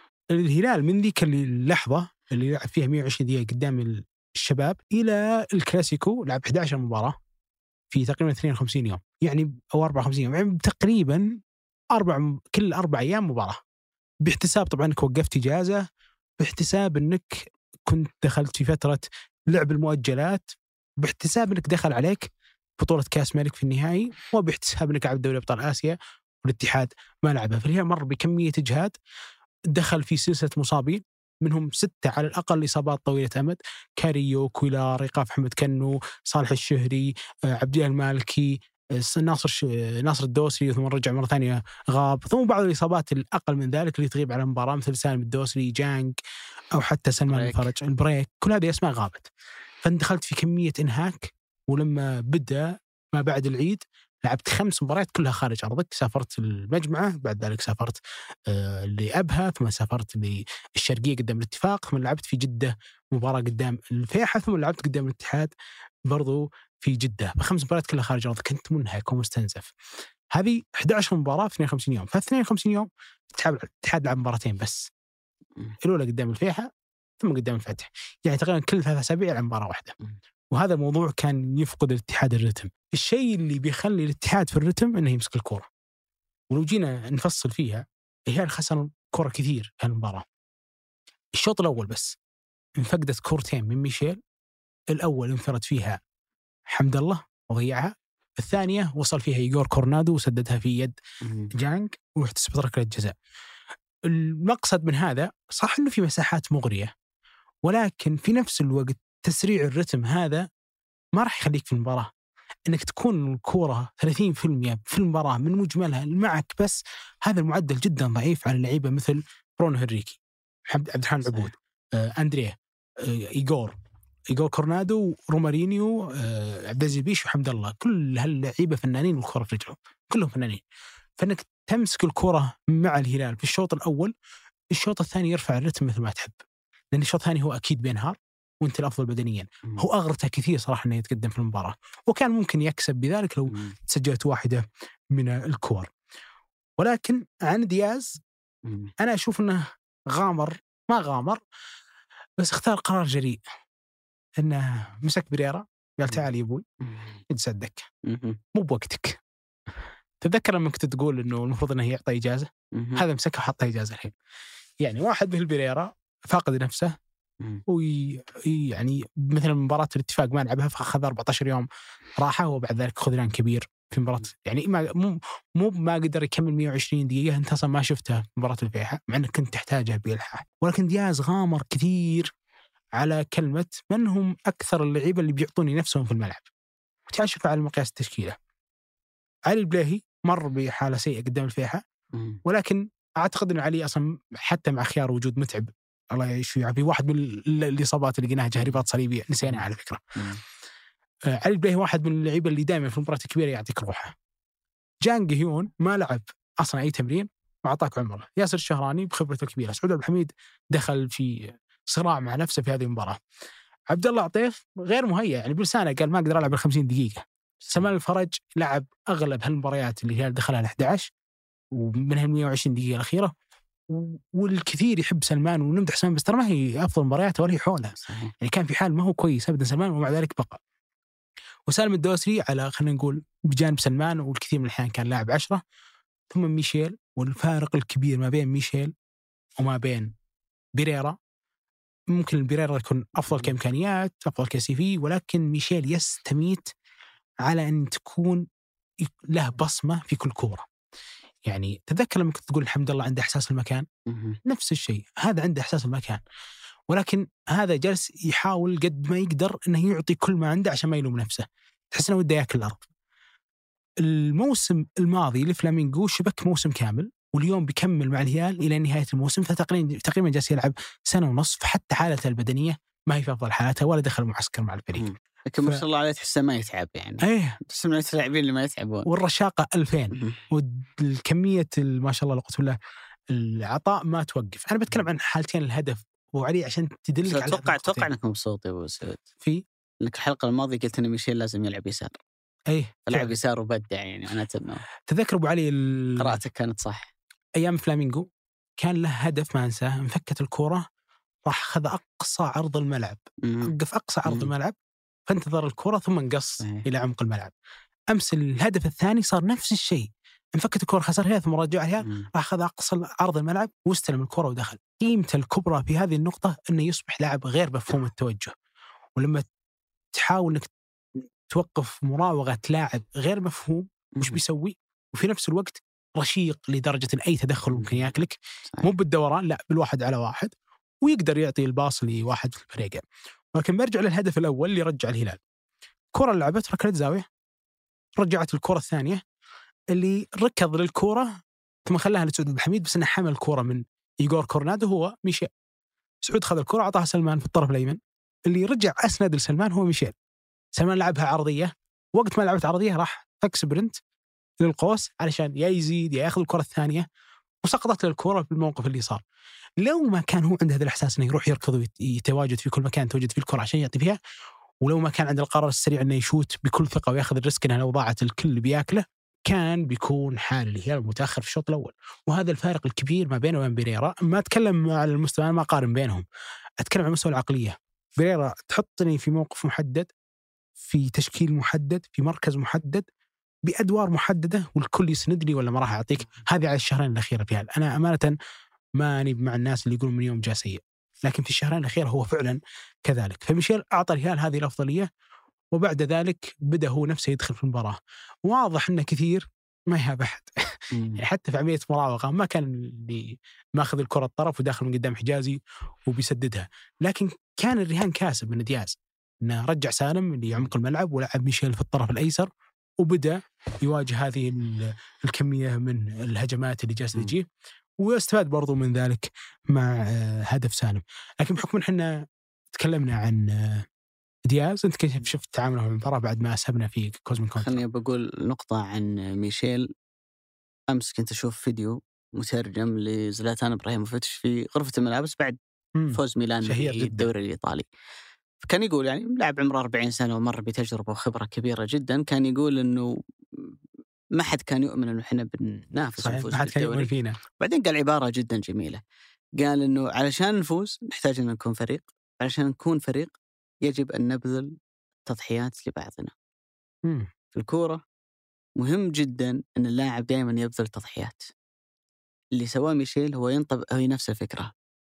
الهلال من ذيك اللحظة اللي لعب فيها مئة وعشرين دقيقة قدام الشباب إلى الكلاسيكو لعب إحدى عشرة مباراة في تقريبا اثنين وخمسين يوم، يعني أو أربعة وخمسين يوم، يعني تقريبا أربع كل أربع أيام مباراة. باحتساب طبعا أنك وقفت إجازة، باحتساب أنك كنت دخلت في فترة لعب المؤجلات، باحتساب أنك دخل عليك بطولة كاس ملك في النهائي، وباحتساب أنك لعب دوري أبطال آسيا والاتحاد ما لعبها. فالهلال مر بكمية إجهاد، دخل في سلسلة مصابين منهم ستة على الأقل إصابات طويلة أمد: كاريو، كويلار، إيقاف حمد كنو، صالح الشهري، عبد الله المالكي، ناصر ش... ناصر الدوسري، ثم رجع مرة ثانية غاب، ثم بعض الإصابات الأقل من ذلك اللي تغيب على المباراة مثل سالم الدوسري، جانج، أو حتى سلمان الفرج، البريك. كل هذه أسماء غابت، فانت دخلت في كمية إنهاك. ولما بدأ ما بعد العيد لعبت خمس مباريات كلها خارج أرضك. سافرت المجمعة، بعد ذلك سافرت آه لأبها، ثم سافرت للشرقية قدام الاتفاق، ثم لعبت في جدة مباراة قدام الفيحة، ثم لعبت قدام الاتحاد برضو في جدة. بخمس مباريات كلها خارج أرضك، كنت منهك ومستنزف. هذه إحدى عشرة مباراة في اثنين وخمسين يوم. في اثنين وخمسين يوم الاتحاد لعب مباراتين بس، الأولى قدام الفيحة ثم قدام الفتح، يعني تقريبا كل ثلاثة أسابيع لعب مباراة واحدة. وهذا الموضوع كان يفقد الاتحاد الرتم. الشيء اللي بيخلي الاتحاد في الرتم انه يمسك الكرة. ولو جينا نفصل فيها، الهلال خسر كرة كثير في المباراة. الشوط الأول بس انفقدت كورتين من ميشيل. الأول انفرد فيها حمد الله وضيعها، الثانية وصل فيها إيغور كورنادو وسددها في يد جانج واحتسبت ركلة جزاء. المقصد من هذا صح إنه في مساحات مغرية، ولكن في نفس الوقت تسريع الرتم هذا ما راح يخليك في المباراة. انك تكون الكرة ثلاثين بالمئة في المباراة من مجملها معك بس، هذا المعدل جدا ضعيف على اللعيبة مثل برونو هنريكي، عبد الرحمن العبود، آه، أندريه، آه، إيغور إيغور كورنادو، رومارينيو، آه، عبد العزيز بيش وحمد الله. كل هاللعيبة فنانين والكرة في رجلهم، كلهم فنانين. فانك تمسك الكرة مع الهلال في الشوط الأول، الشوط الثاني يرفع الرتم مثل ما تحب، لأن الشوط الثاني هو أكيد بينهار وانت الأفضل بدنيا. هو أغرته كثير صراحة أنه يتقدم في المباراة، وكان ممكن يكسب بذلك لو مم. سجلت واحدة من الكور. ولكن عن دياز مم. أنا أشوف أنه غامر، ما غامر بس اختار قرار جريء، أنه مسك بريرة قال تعال يا أبوي يتصدك، مو بوقتك. تذكر لما كنت تقول أنه المفروض أنه يعطي إجازة، مم. هذا مسكه وحطه إجازة الحين. يعني واحد مثل بريرة فاقد نفسه، ويعني مثلا مباراة الاتفاق ما لعبها فأخذ أربعة عشر يوم راحة، وبعد ذلك خذلان كبير في مباراة، يعني ما مو مو ما قدر يكمل مئة وعشرين دقيقة. أنت أصلا ما شفتها مباراة الفيحاء مع أنك كنت تحتاجها بإلحاح، ولكن دياز غامر كثير على كلمة من هم أكثر اللعيبة اللي بيعطوني نفسهم في الملعب، وتعال على مقياس التشكيلة. علي البليهي مر بحالة سيئة قدام الفيحاء، ولكن أعتقد أن علي أصلا حتى مع خيار وجود متعب الله يشفيه في واحد من الإصابات اللي لقيناها جهربات صليبية نسيناها على فكرة. آه علي البليهي واحد من اللعيبة اللي دائما في المباريات الكبيرة يعطيك روحه. جان جهيون ما لعب أصلا أي تمرين وأعطاك عمره. ياسر الشهراني بخبرته الكبيرة. سعود عبد الحميد دخل في صراع مع نفسه في هذه المباراة. عبد الله عطيف غير مهيأ، يعني بلسانه قال ما أقدر ألعب الخمسين دقيقة. سلمان الفرج لعب أغلب هالمباريات اللي هي دخلها الأحد عشر ومنها المئة وعشرين دقيقة الأخيرة، والكثير يحب سلمان ونمدح سلمان، بس ترى ما هي أفضل مباريات ولا هي حولها. يعني كان في حال ما هو كويس أبدا سلمان، ومع ذلك بقى. وسالم الدوسري على خلينا نقول بجانب سلمان والكثير من الأحيان كان لاعب عشرة. ثم ميشيل، والفارق الكبير ما بين ميشيل وما بين بيريرا، ممكن بيريرا يكون أفضل كإمكانيات أفضل كسي في، ولكن ميشيل يستميت على أن تكون له بصمة في كل كورة. يعني تذكر لما كنت تقول الحمد لله عنده إحساس المكان، نفس الشيء هذا عنده إحساس المكان، ولكن هذا جالس يحاول قد ما يقدر أنه يعطي كل ما عنده عشان ما يلوم نفسه. تحس أنه وده يأكل الأرض. الموسم الماضي لفلامينغو شبك موسم كامل، واليوم بيكمل مع الهلال إلى نهاية الموسم، فتقريبا تقريبا جالس يلعب سنة ونصف، حتى حالته البدنية ما هي في أفضل حالاتها، ولا دخل معسكر مع الفريق. لكن ما شاء الله عليه تحسه ما يتعب يعني. ايه تسمع اللاعبين اللي ما يتعبون، والرشاقة ألفين، والكمية ما شاء الله لا قوة إلا بالله العطاء ما توقف. أنا بتكلم عن حالتين الهدف وعلي عشان تدلك على. أتوقع أتوقع أنك مبسوط يا أبو سعود في لك الحلقة الماضية قلت إن ميشيل لازم يلعب يسار. ايه لعب يسار وبدع، يعني أنا تنو تذكر أبو علي ال... قراءتك كانت صح. أيام فلامينغو كان له هدف ما أنساه، انفكت الكرة راح خذ أقصى عرض الملعب، وقف أقصى عرض مم. الملعب، فانتظر الكرة ثم انقص مم. إلى عمق الملعب. أمس الهدف الثاني صار نفس الشيء، انفكت الكرة خسرها ثم رجعها، راح خذ أقصى عرض الملعب واستلم الكرة ودخل. قيمته الكبرى في هذه النقطة أنه يصبح لاعب غير مفهوم التوجه، ولما تحاول أنك توقف مراوغة لاعب غير مفهوم وش بيسوي، وفي نفس الوقت رشيق لدرجة أن أي تدخل ممكن يأكلك، مو بالدوران لا بالواحد على واحد، ويقدر يعطي الباص لواحد في الفريق. ولكن برجع للهدف الأول اللي رجع الهلال، كرة لعبت ركلة زاوية، رجعت الكرة الثانية اللي ركض للكرة ثم خلاها لسعود عبد الحميد، بس انه حمل الكرة من إيغور كورنادو هو ميشيل. سعود خذ الكرة عطاها سلمان في الطرف الأيمن، اللي رجع أسند لسلمان هو ميشيل. سلمان لعبها عرضية، وقت ما لعبت عرضية راح فك سبرنت للقوس علشان يا يزيد يا ياخذ الكرة الثانية، وسقطت للكرة في الموقف اللي صار. لو ما كان هو عنده هذا الإحساس إنه يروح يركض ويتواجد في كل مكان توجد فيه الكرة عشان يعطي فيها، ولو ما كان عنده القرار السريع إنه يشوت بكل ثقة ويأخذ الريسك إنها لو ضاعت الكل بياكله، كان بيكون حال الهلال متأخر في الشوط الأول. وهذا الفارق الكبير ما بينه وبين بيريرا. ما أتكلم على المستوى، أنا ما أقارن بينهم، أتكلم على مستوى العقلية. بيريرا تحطني في موقف محدد، في تشكيل محدد، في مركز محدد، بأدوار محددة، والكل يسندني ولا ما راح أعطيك. هذه على الشهرين الأخيرة في هال. أنا أمانة ما أني مع الناس اللي يقولون من يوم جاء سيء، لكن في الشهرين الأخيرة هو فعلا كذلك. فميشيل أعطى الهلال هذه الأفضلية، وبعد ذلك بدأ هو نفسه يدخل في المباراة. واضح أنه كثير ما يهاب أحد يعني حتى في عملية مراوغة ما كان اللي ماخذ الكرة الطرف وداخل من قدام حجازي وبيسددها، لكن كان الرهان كاسب من دياز أنه رجع سالم اللي يعمق الملعب ولعب ميشيل في الطرف الأيسر، وبدأ يواجه هذه الكمية من الهجمات اللي جالسة تجيه، واستفاد برضو من ذلك مع هدف سالم. لكن بحكم ان احنا تكلمنا عن دياز، انت كيف شفت تعامله في المباراة بعد ما اسهبنا في كوزمين كونتر؟ خليني بقول نقطة عن ميشيل. امس كنت اشوف فيديو مترجم لزلاتان ابراهيموفيتش في غرفة الملابس بعد مم. فوز ميلان في الدوري الايطالي. فكان يقول يعني لاعب عمره أربعين سنة ومر بتجربة وخبرة كبيرة جدا، كان يقول انه ما حد كان يؤمن انه احنا بننافس ونفوز ما حد كان يؤمن فينا. بعدين قال عبارة جدا جميلة، قال انه علشان نفوز نحتاج ان نكون فريق، علشان نكون فريق يجب ان نبذل تضحيات لبعضنا. مم. في الكورة مهم جدا ان اللاعب دائما يبذل تضحيات. اللي سواه ميشيل هو ينطبق هي نفس الفكرة،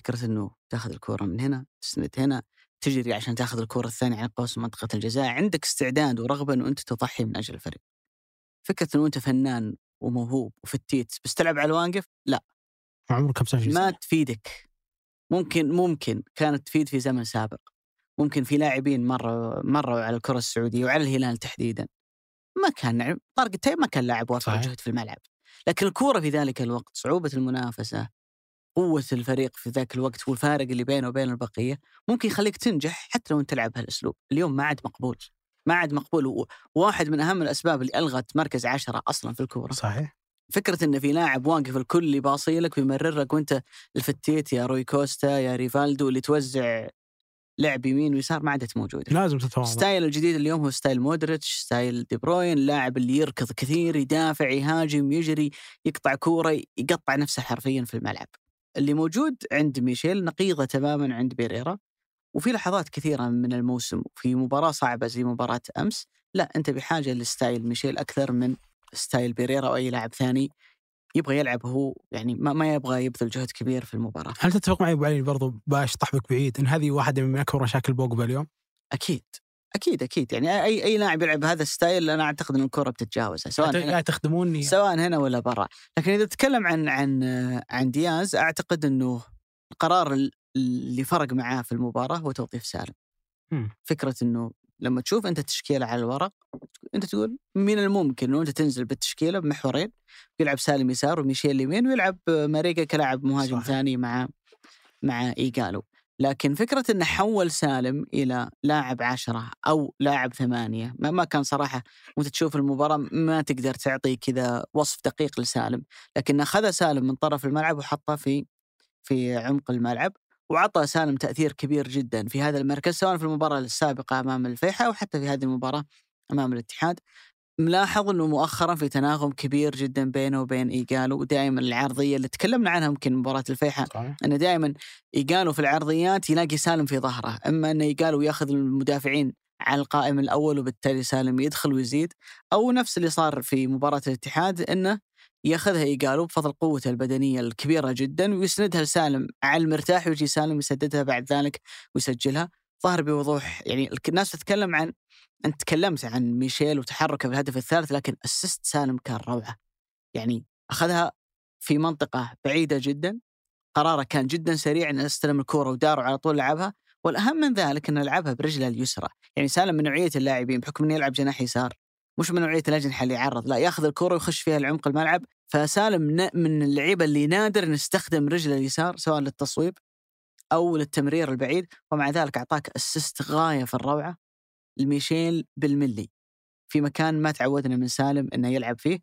فكرة أنه تأخذ الكرة من هنا، تسند هنا، تجري عشان تأخذ الكرة الثانية على قوس منطقة الجزاء، عندك استعداد ورغبة أنه أنت تضحي من أجل الفريق. فكرة أنه أنت فنان وموهوب وفتيت بس تلعب على الواقف، لا، عمرك كم سنة ما تفيدك. ممكن ممكن كانت تفيد في زمن سابق، ممكن في لاعبين مرة مروا على الكرة السعودية وعلى الهلال تحديداً ما كان طارق التايب ما كان لاعب وافر جهد في الملعب، لكن الكرة في ذلك الوقت، صعوبة المنافسة، قوة الفريق في ذاك الوقت والفارق اللي بينه وبين البقية ممكن يخليك تنجح حتى لو أنت تلعب بهالأسلوب. اليوم ما عاد مقبول، ما عاد مقبول، وواحد من أهم الأسباب اللي ألغت مركز عشرة أصلاً في الكرة. صحيح. فكرة إن في لاعب واقف الكل يباصي لك ويمرر لك وأنت الفتيت يا روي كوستا يا ريفالدو اللي توزع لعب يمين ويسار ما عادت موجودة. لازم تتواضع. ستايل الجديد اليوم هو ستايل مودريتش، ستايل دي بروين، اللاعب اللي يركض كثير، يدافع، يهاجم، يجري، يقطع كورة، يقطع نفسه حرفيا في الملعب. اللي موجود عند ميشيل نقيضة تماما عند بيريرا. وفي لحظات كثيرة من الموسم في مباراة صعبة زي مباراة أمس، لا أنت بحاجة لستايل ميشيل أكثر من ستايل بيريرا أو أي لاعب ثاني يبغى يلعب هو، يعني ما, ما يبغى يبذل جهد كبير في المباراة. هل تتفق معي أبو علي برضو باش طحبك بعيد إن هذه واحدة من أكبر مشاكل بوجبا اليوم؟ أكيد أكيد أكيد يعني أي أي لاعب يلعب بهذا الستايل أنا أعتقد أن الكرة بتتجاوزها سواء هنا تخدموني سواء هنا ولا برا. لكن إذا تتكلم عن عن عن دياز، أعتقد أنه القرار اللي فرق معاه في المباراة هو توظيف سالم. م. فكرة أنه لما تشوف أنت تشكيلة على الورق أنت تقول من الممكن أنه أنت تنزل بالتشكيلة بمحورين، يلعب سالم يسار وميشيل يمين ويلعب ماريجا كلاعب مهاجم صحيح. ثاني مع مع إيجالو. لكن فكرة أنه حول سالم إلى لاعب عشرة أو لاعب ثمانية ما, ما كان صراحة. وانت تشوف المباراة ما تقدر تعطي كذا وصف دقيق لسالم، لكن أخذ سالم من طرف الملعب وحطه في في عمق الملعب وعطى سالم تأثير كبير جدا في هذا المركز، سواء في المباراة السابقة أمام الفيحاء أو حتى في هذه المباراة أمام الاتحاد. ملاحظ أنه مؤخرا في تناغم كبير جدا بينه وبين إيجالو، ودائما العرضية اللي تكلمنا عنها ممكن مباراة الفيحاء أنه دائما إيجالو في العرضيات يلاقي سالم في ظهره، إما أنه إيجالو يأخذ المدافعين على القائم الأول وبالتالي سالم يدخل ويزيد، أو نفس اللي صار في مباراة الاتحاد أنه يأخذها إيجالو بفضل قوته البدنية الكبيرة جدا ويسندها لسالم على المرتاح ويجي سالم يسددها بعد ذلك ويسجلها. ظهر بوضوح يعني الناس تتكلم عن، أنت تكلمت عن ميشيل وتحركه في الهدف الثالث، لكن أسست سالم كان روعة، يعني أخذها في منطقة بعيدة جدا، قراره كان جدا سريع أن استلم الكرة وداره على طول لعبها، والأهم من ذلك أنه لعبها برجله اليسرى. يعني سالم من نوعية اللاعبين بحكم أنه يلعب جناح يسار، مش من نوعية الأجنحة اللي يعرض، لا يأخذ الكرة ويخش فيها العمق الملعب. فسالم من اللعيبة اللي نادر نستخدم رجله اليسار سواء للتصويب أو للتمرير البعيد، ومع ذلك أعطاك أسست غاية في الروعة الميشيل بالملي في مكان ما تعودنا من سالم أنه يلعب فيه.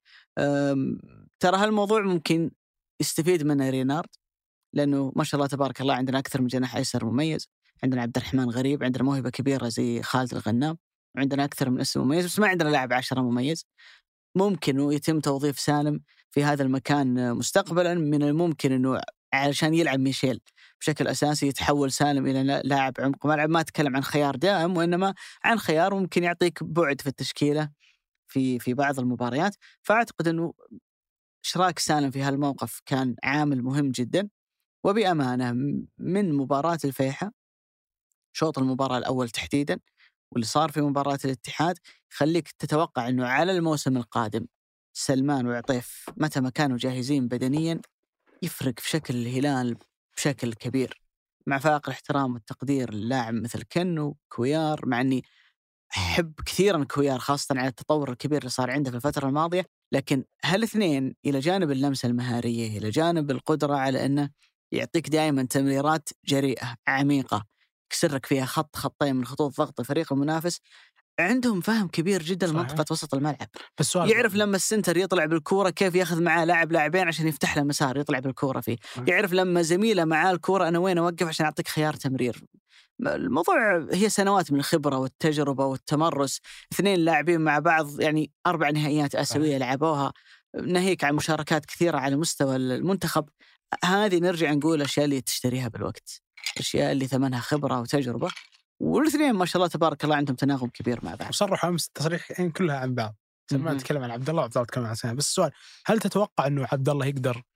ترى هالموضوع ممكن يستفيد منه رينارد، لأنه ما شاء الله تبارك الله عندنا أكثر من جناح أيسر مميز، عندنا عبد الرحمن غريب، عندنا موهبة كبيرة زي خالد الغنام، وعندنا أكثر من اسم مميز، بس ما عندنا لاعب عشرة مميز. ممكن أنه يتم توظيف سالم في هذا المكان مستقبلا. من الممكن أنه علشان يلعب ميشيل بشكل أساسي يتحول سالم إلى لاعب عمق ملعب. ما أتكلم عن خيار دائم، وإنما عن خيار ممكن يعطيك بعد في التشكيلة في في بعض المباريات. فأعتقد أنه إشراك سالم في هالموقف كان عامل مهم جدا. وبأمانة من مباراة الفيحاء شوط المباراة الأول تحديدا واللي صار في مباراة الاتحاد خليك تتوقع أنه على الموسم القادم سلمان وعطيف متى ما كانوا جاهزين بدنيا يفرق في شكل الهلال بشكل كبير، مع فائق الاحترام والتقدير للاعب مثل كنو كويار، مع أني أحب كثيرا كويار خاصة على التطور الكبير اللي صار عنده في الفترة الماضية. لكن هالاثنين إلى جانب اللمسة المهارية إلى جانب القدرة على أنه يعطيك دائما تمريرات جريئة عميقة يكسرك فيها خط خطين من خطوط ضغط الفريق المنافس، عندهم فهم كبير جدا لمنطقة وسط الملعب. يعرف لما السنتر يطلع بالكورة كيف ياخذ معاه لاعب لاعبين عشان يفتح له مسار يطلع بالكورة فيه، يعرف لما زميله معاه الكورة أنا وين أوقف عشان أعطيك خيار تمرير. الموضوع هي سنوات من الخبرة والتجربة والتمرس. اثنين لاعبين مع بعض، يعني أربع نهائيات آسيوية لعبوها، ناهيك عن مشاركات كثيرة على مستوى المنتخب. هذه نرجع نقول أشياء اللي تشتريها بالوقت، أشياء اللي ثمنها خبرة وتجربة، والاثنين ما شاء الله تبارك الله عندهم تناغم كبير مع بعض. وصرحوا أمس تصريحين كلها عن بعض. سلمان تكلم عن عبد الله وعبد الله تكلم عن سلمان. بس السؤال، هل تتوقع إنه عبد الله يقدر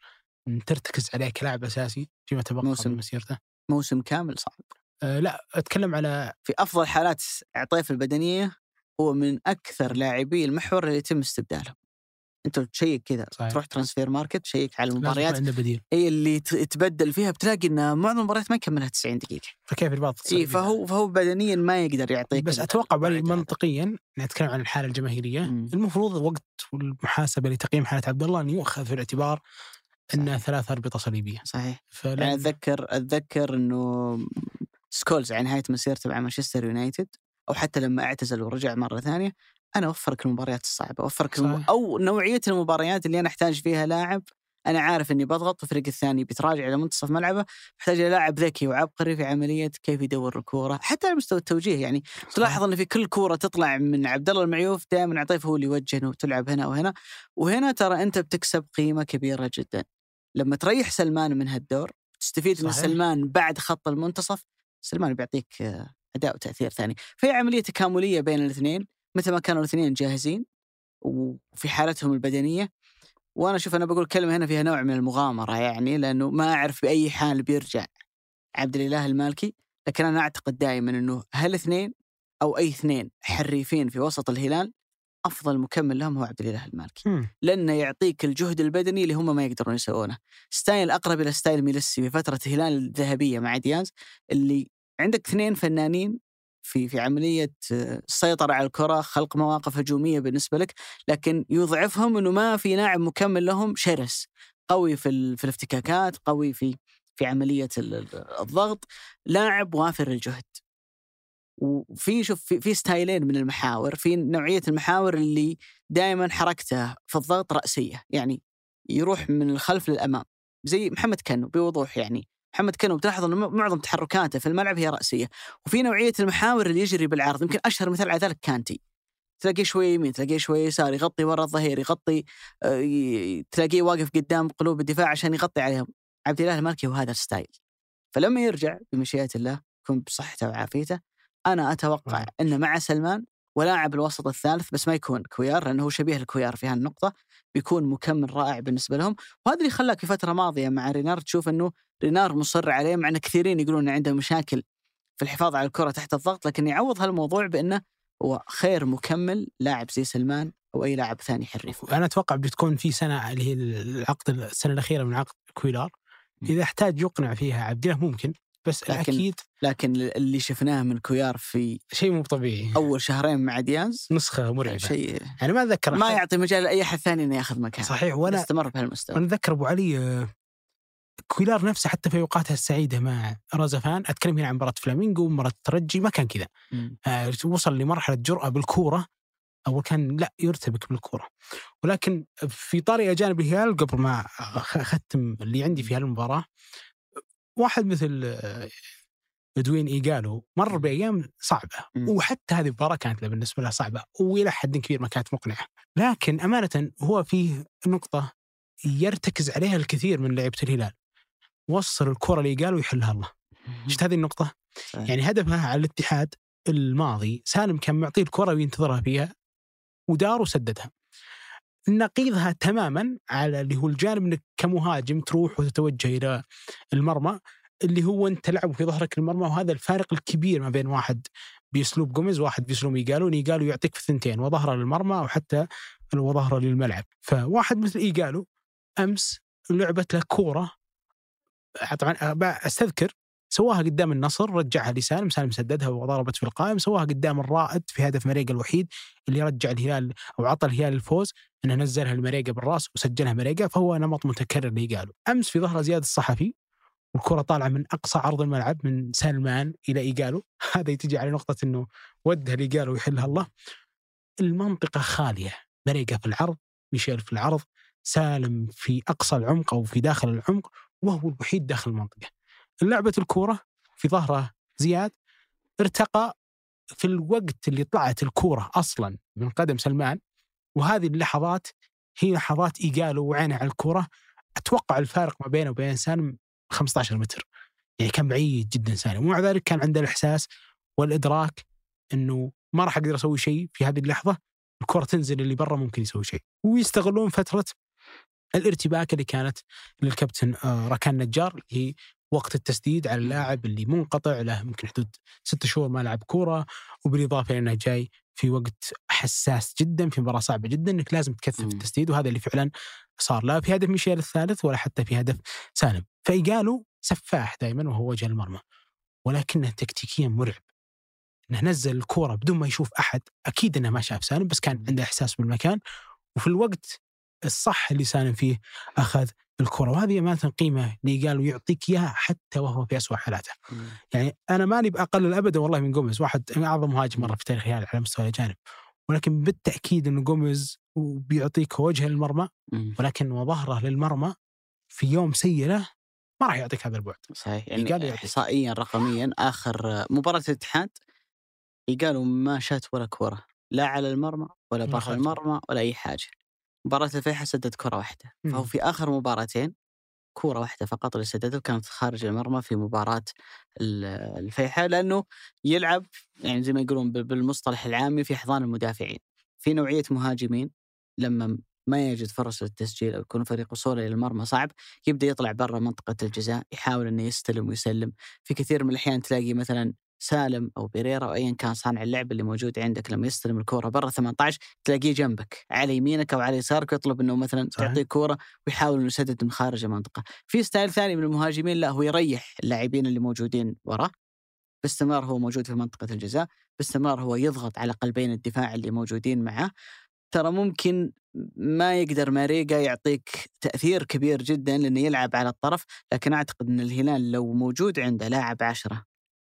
ترتكز عليه كلاعب أساسي فيما تبقى موسم. من مسيرته؟ موسم كامل صعب. أه لا أتكلم على في أفضل حالات عطيف البدنية هو من أكثر لاعبي المحور اللي يتم استبدالهم. أنت تشيك كذا، تروح ترانسفير ماركت تشيك على المباريات أي اللي تبدل فيها، بتلاقي إن معظم المباريات ما يكملها تسعين دقيقة. فكيف البعض إيه فهو فهو بدنيا ما يقدر يعطيك. بس أتوقع منطقيا نتكلم عن الحالة الجماهيرية م. المفروض وقت والمحاسبة لتقييم حالة عبد الله أن يؤخذ في الاعتبار أنها ثلاث أربطة صليبية. صحيح. فلن... يعني أتذكر أتذكر إنه سكولز على نهاية مسيرته مع مانشستر يونايتد أو حتى لما اعتزل ورجع مرة ثانية، أنا أوفرك المباريات الصعبة، أوفرك الم... أو نوعية المباريات اللي أنا أحتاج فيها لاعب أنا عارف إني بضغط الفريق الثاني بيتراجع إلى منتصف ملعبه، أحتاج لاعب ذكي وعبقري في عملية كيف يدور الكورة حتى على مستوى التوجيه. يعني تلاحظ إن في كل كورة تطلع من عبد الله المعيوف دائما عطيف هو اللي يوجه وتلعب هنا وهنا وهنا. ترى أنت بتكسب قيمة كبيرة جدا لما تريح سلمان من هالدور، تستفيد من سلمان بعد خط المنتصف. سلمان بيعطيك أداء وتأثير ثاني، في عملية تكاملية بين الاثنين متى ما كانوا الاثنين جاهزين وفي حالتهم البدنية. وأنا شوف أنا بقول كلمة هنا فيها نوع من المغامرة، يعني لأنه ما أعرف بأي حال بيرجع عبد الإله المالكي، لكن أنا أعتقد دائما أنه هالاثنين أو أي اثنين حريفين في وسط الهلال أفضل مكمل لهم هو عبد الإله المالكي، لأنه يعطيك الجهد البدني اللي هم ما يقدرون يسوونه. ستايل أقرب إلى ستايل ميلسي في فترة الهلال الذهبية مع دياز، اللي عندك اثنين فنانين في في عملية السيطرة على الكرة، خلق مواقف هجومية بالنسبة لك، لكن يضعفهم إنه ما في لاعب مكمل لهم شرس قوي في في الافتكاكات، قوي في في عملية الضغط، لاعب وافر الجهد. وفي شوف في, في ستايلين من المحاور، في نوعية المحاور اللي دائما حركته في الضغط رأسية، يعني يروح من الخلف للأمام زي محمد كنو بوضوح. يعني محمد كنو بتلاحظ أنه معظم تحركاته في الملعب هي رأسية. وفي نوعية المحاور اللي يجري بالعرض، يمكن أشهر مثال على ذلك كانتي، تلاقيه شوية يمين تلاقيه شوية يسار، يغطي ورا الظهير، يغطي آه تلاقيه واقف قدام قلوب الدفاع عشان يغطي عليهم. عبد الإله المالكي هو هذا الستايل. فلما يرجع بمشيئة الله يكون بصحته وعافيته، أنا أتوقع مم. أنه مع سلمان ولاعب الوسط الثالث بس ما يكون كويار، لأنه هو شبيه الكويار في هالنقطة، بيكون مكمل رائع بالنسبة لهم. وهذا اللي خلاك في فترة ماضية مع رينار تشوف أنه رينار مصر عليه، مع أن كثيرين يقولون أنه عنده مشاكل في الحفاظ على الكرة تحت الضغط، لكن يعوض هالموضوع بأنه هو خير مكمل لاعب زي سلمان أو أي لاعب ثاني حريف. أنا أتوقع بتكون في سنة اللي هي العقد السنة الأخيرة من عقد كويلار، إذا احتاج يقنع فيها عبد الله ممكن، بس لكن أكيد لكن اللي شفناه من كويار في شيء مو طبيعي أول شهرين مع دياز نسخة مرعبة، شيء أنا ما أتذكر ما يعطي مجال لأي أحد ثاني إنه يأخذ مكان. صحيح. وأنا استمر بهالمستوى. وأنا أتذكر أبو علي كويلار نفسه حتى في أوقاته السعيدة مع رازفان، أتكلم هنا عن مباراة فلامينغو ومباراة الترجي، ما كان كذا. آه وصل لمرحلة جرأة بالكورة، أو كان لا يرتبك بالكورة. ولكن في طارئ جانب الهلال قبل ما أختم اللي عندي في هالمباراة، واحد مثل إدوين إيغالو مر بأيام صعبة، وحتى هذه المباراة كانت له بالنسبة له صعبة، وإلى حد كبير ما كانت مقنعة. لكن أمانة هو فيه نقطة يرتكز عليها الكثير من لعيبة الهلال، وصل الكرة لإيغالو ويحلها الله. شفت هذه النقطة؟ يعني هدفها على الاتحاد الماضي سالم كان معطيه الكرة وينتظرها فيها ودار وسددها. نقيضها تماما على اللي هو الجانب انك كمهاجم تروح وتتوجه الى المرمى، اللي هو انت تلعب في ظهرك المرمى، وهذا الفارق الكبير ما بين واحد بيسلوب جوميز وواحد بيسلوب إيغالو. إيغالو يعطيك في ثنتين، وظهره للمرمى وحتى وظهره للملعب. فواحد مثل إيغالو امس لعبت له كوره، طبعا استذكر سواها قدام النصر رجعها لسالم، سالم سددها وضربت في القائم. سواها قدام الرائد في هدف مريقة الوحيد اللي رجع الهلال أو عطى الهلال الفوز، أنه نزلها المريقة بالرأس وسجلها مريقة. فهو نمط متكرر اللي قالوا أمس في ظهر زياد الصحفي، والكرة طالعة من أقصى عرض الملعب من سلمان إلى إيغالو. هذا تجي على نقطة أنه ودها لإيغالو ويحلها الله. المنطقة خالية، مريقة في العرض، ميشيل في العرض، سالم في أقصى العمق أو في داخل العمق، وهو الوحيد داخل المنطقة. لعبة الكورة في ظهره زياد ارتقى في الوقت اللي طلعت الكورة أصلا من قدم سلمان، وهذه اللحظات هي لحظات إيغالو وعينه على الكورة. أتوقع الفارق ما بينه وبين سالم خمسة عشر متر، يعني كان بعيد جدا سالم، ومع ذلك كان عنده الإحساس والإدراك أنه ما راح أقدر أسوي شيء في هذه اللحظة، الكرة تنزل اللي برا ممكن يسوي شيء. ويستغلون فترة الارتباك اللي كانت للكابتن ركان نجار، هي وقت التسديد على اللاعب اللي منقطع له ممكن حدود ستة شهور ما لعب كورة، وبالإضافة لأنه جاي في وقت حساس جدا في مباراة صعبة جدا إنك لازم تكثف التسديد، وهذا اللي فعلا صار لا في هدف ميشيل الثالث ولا حتى في هدف سالم. فإيقالوا سفاح دائما وهو وجه المرمى، ولكنه تكتيكيا مرعب، انه نزل الكرة بدون ما يشوف احد. اكيد انه ما شاف سالم بس كان عنده احساس بالمكان، وفي الوقت الصح اللي سالم فيه اخذ الكرة، وهذه ما قيمة اللي قالوا يعطيك اياها حتى وهو في اسوأ حالاته. يعني انا ماني باقلل ابدا والله من جوميز، واحد من اعظم مهاجم مره في تاريخ الهلال على مستوى الاجانب، ولكن بالتاكيد انه جوميز بيعطيك وجه للمرمى، ولكن وظهره للمرمى في يوم سيء له ما راح يعطيك هذا البعد. صحيح. يعني احصائيا رقميا اخر مباراة الاتحاد قالوا ما شات ولا كرة لا على المرمى ولا برا المرمى ولا اي حاجة. مباراة الفيحاء سدد كرة واحدة، فهو في آخر مباراتين كرة واحدة فقط اللي سددها كانت خارج المرمى في مباراة الفيحاء، لأنه يلعب يعني زي ما يقولون بالمصطلح العامي في حضان المدافعين. في نوعية مهاجمين لما ما يجد فرص للتسجيل أو يكون فريق وصوله إلى المرمى صعب يبدأ يطلع برا منطقة الجزاء، يحاول أنه يستلم ويسلم. في كثير من الأحيان تلاقي مثلا سالم أو بيريرا أو أيا كان صانع اللعب اللي موجود عندك لما يستلم الكرة برا ثمانية عشر تلاقيه جنبك على يمينك أو على يسارك ويطلب أنه مثلا تعطيه كرة ويحاول أنه يسدد من خارج المنطقة. في ستايل ثاني من المهاجمين لا، هو يريح اللاعبين اللي موجودين وراه باستمرار، هو موجود في منطقة الجزاء باستمرار، هو يضغط على قلبين الدفاع اللي موجودين معه. ترى ممكن ما يقدر ماريجا يعطيك تأثير كبير جدا لأنه يلعب على الطرف، لكن أعتقد أن الهلال لو موجود عنده لاعب عشرة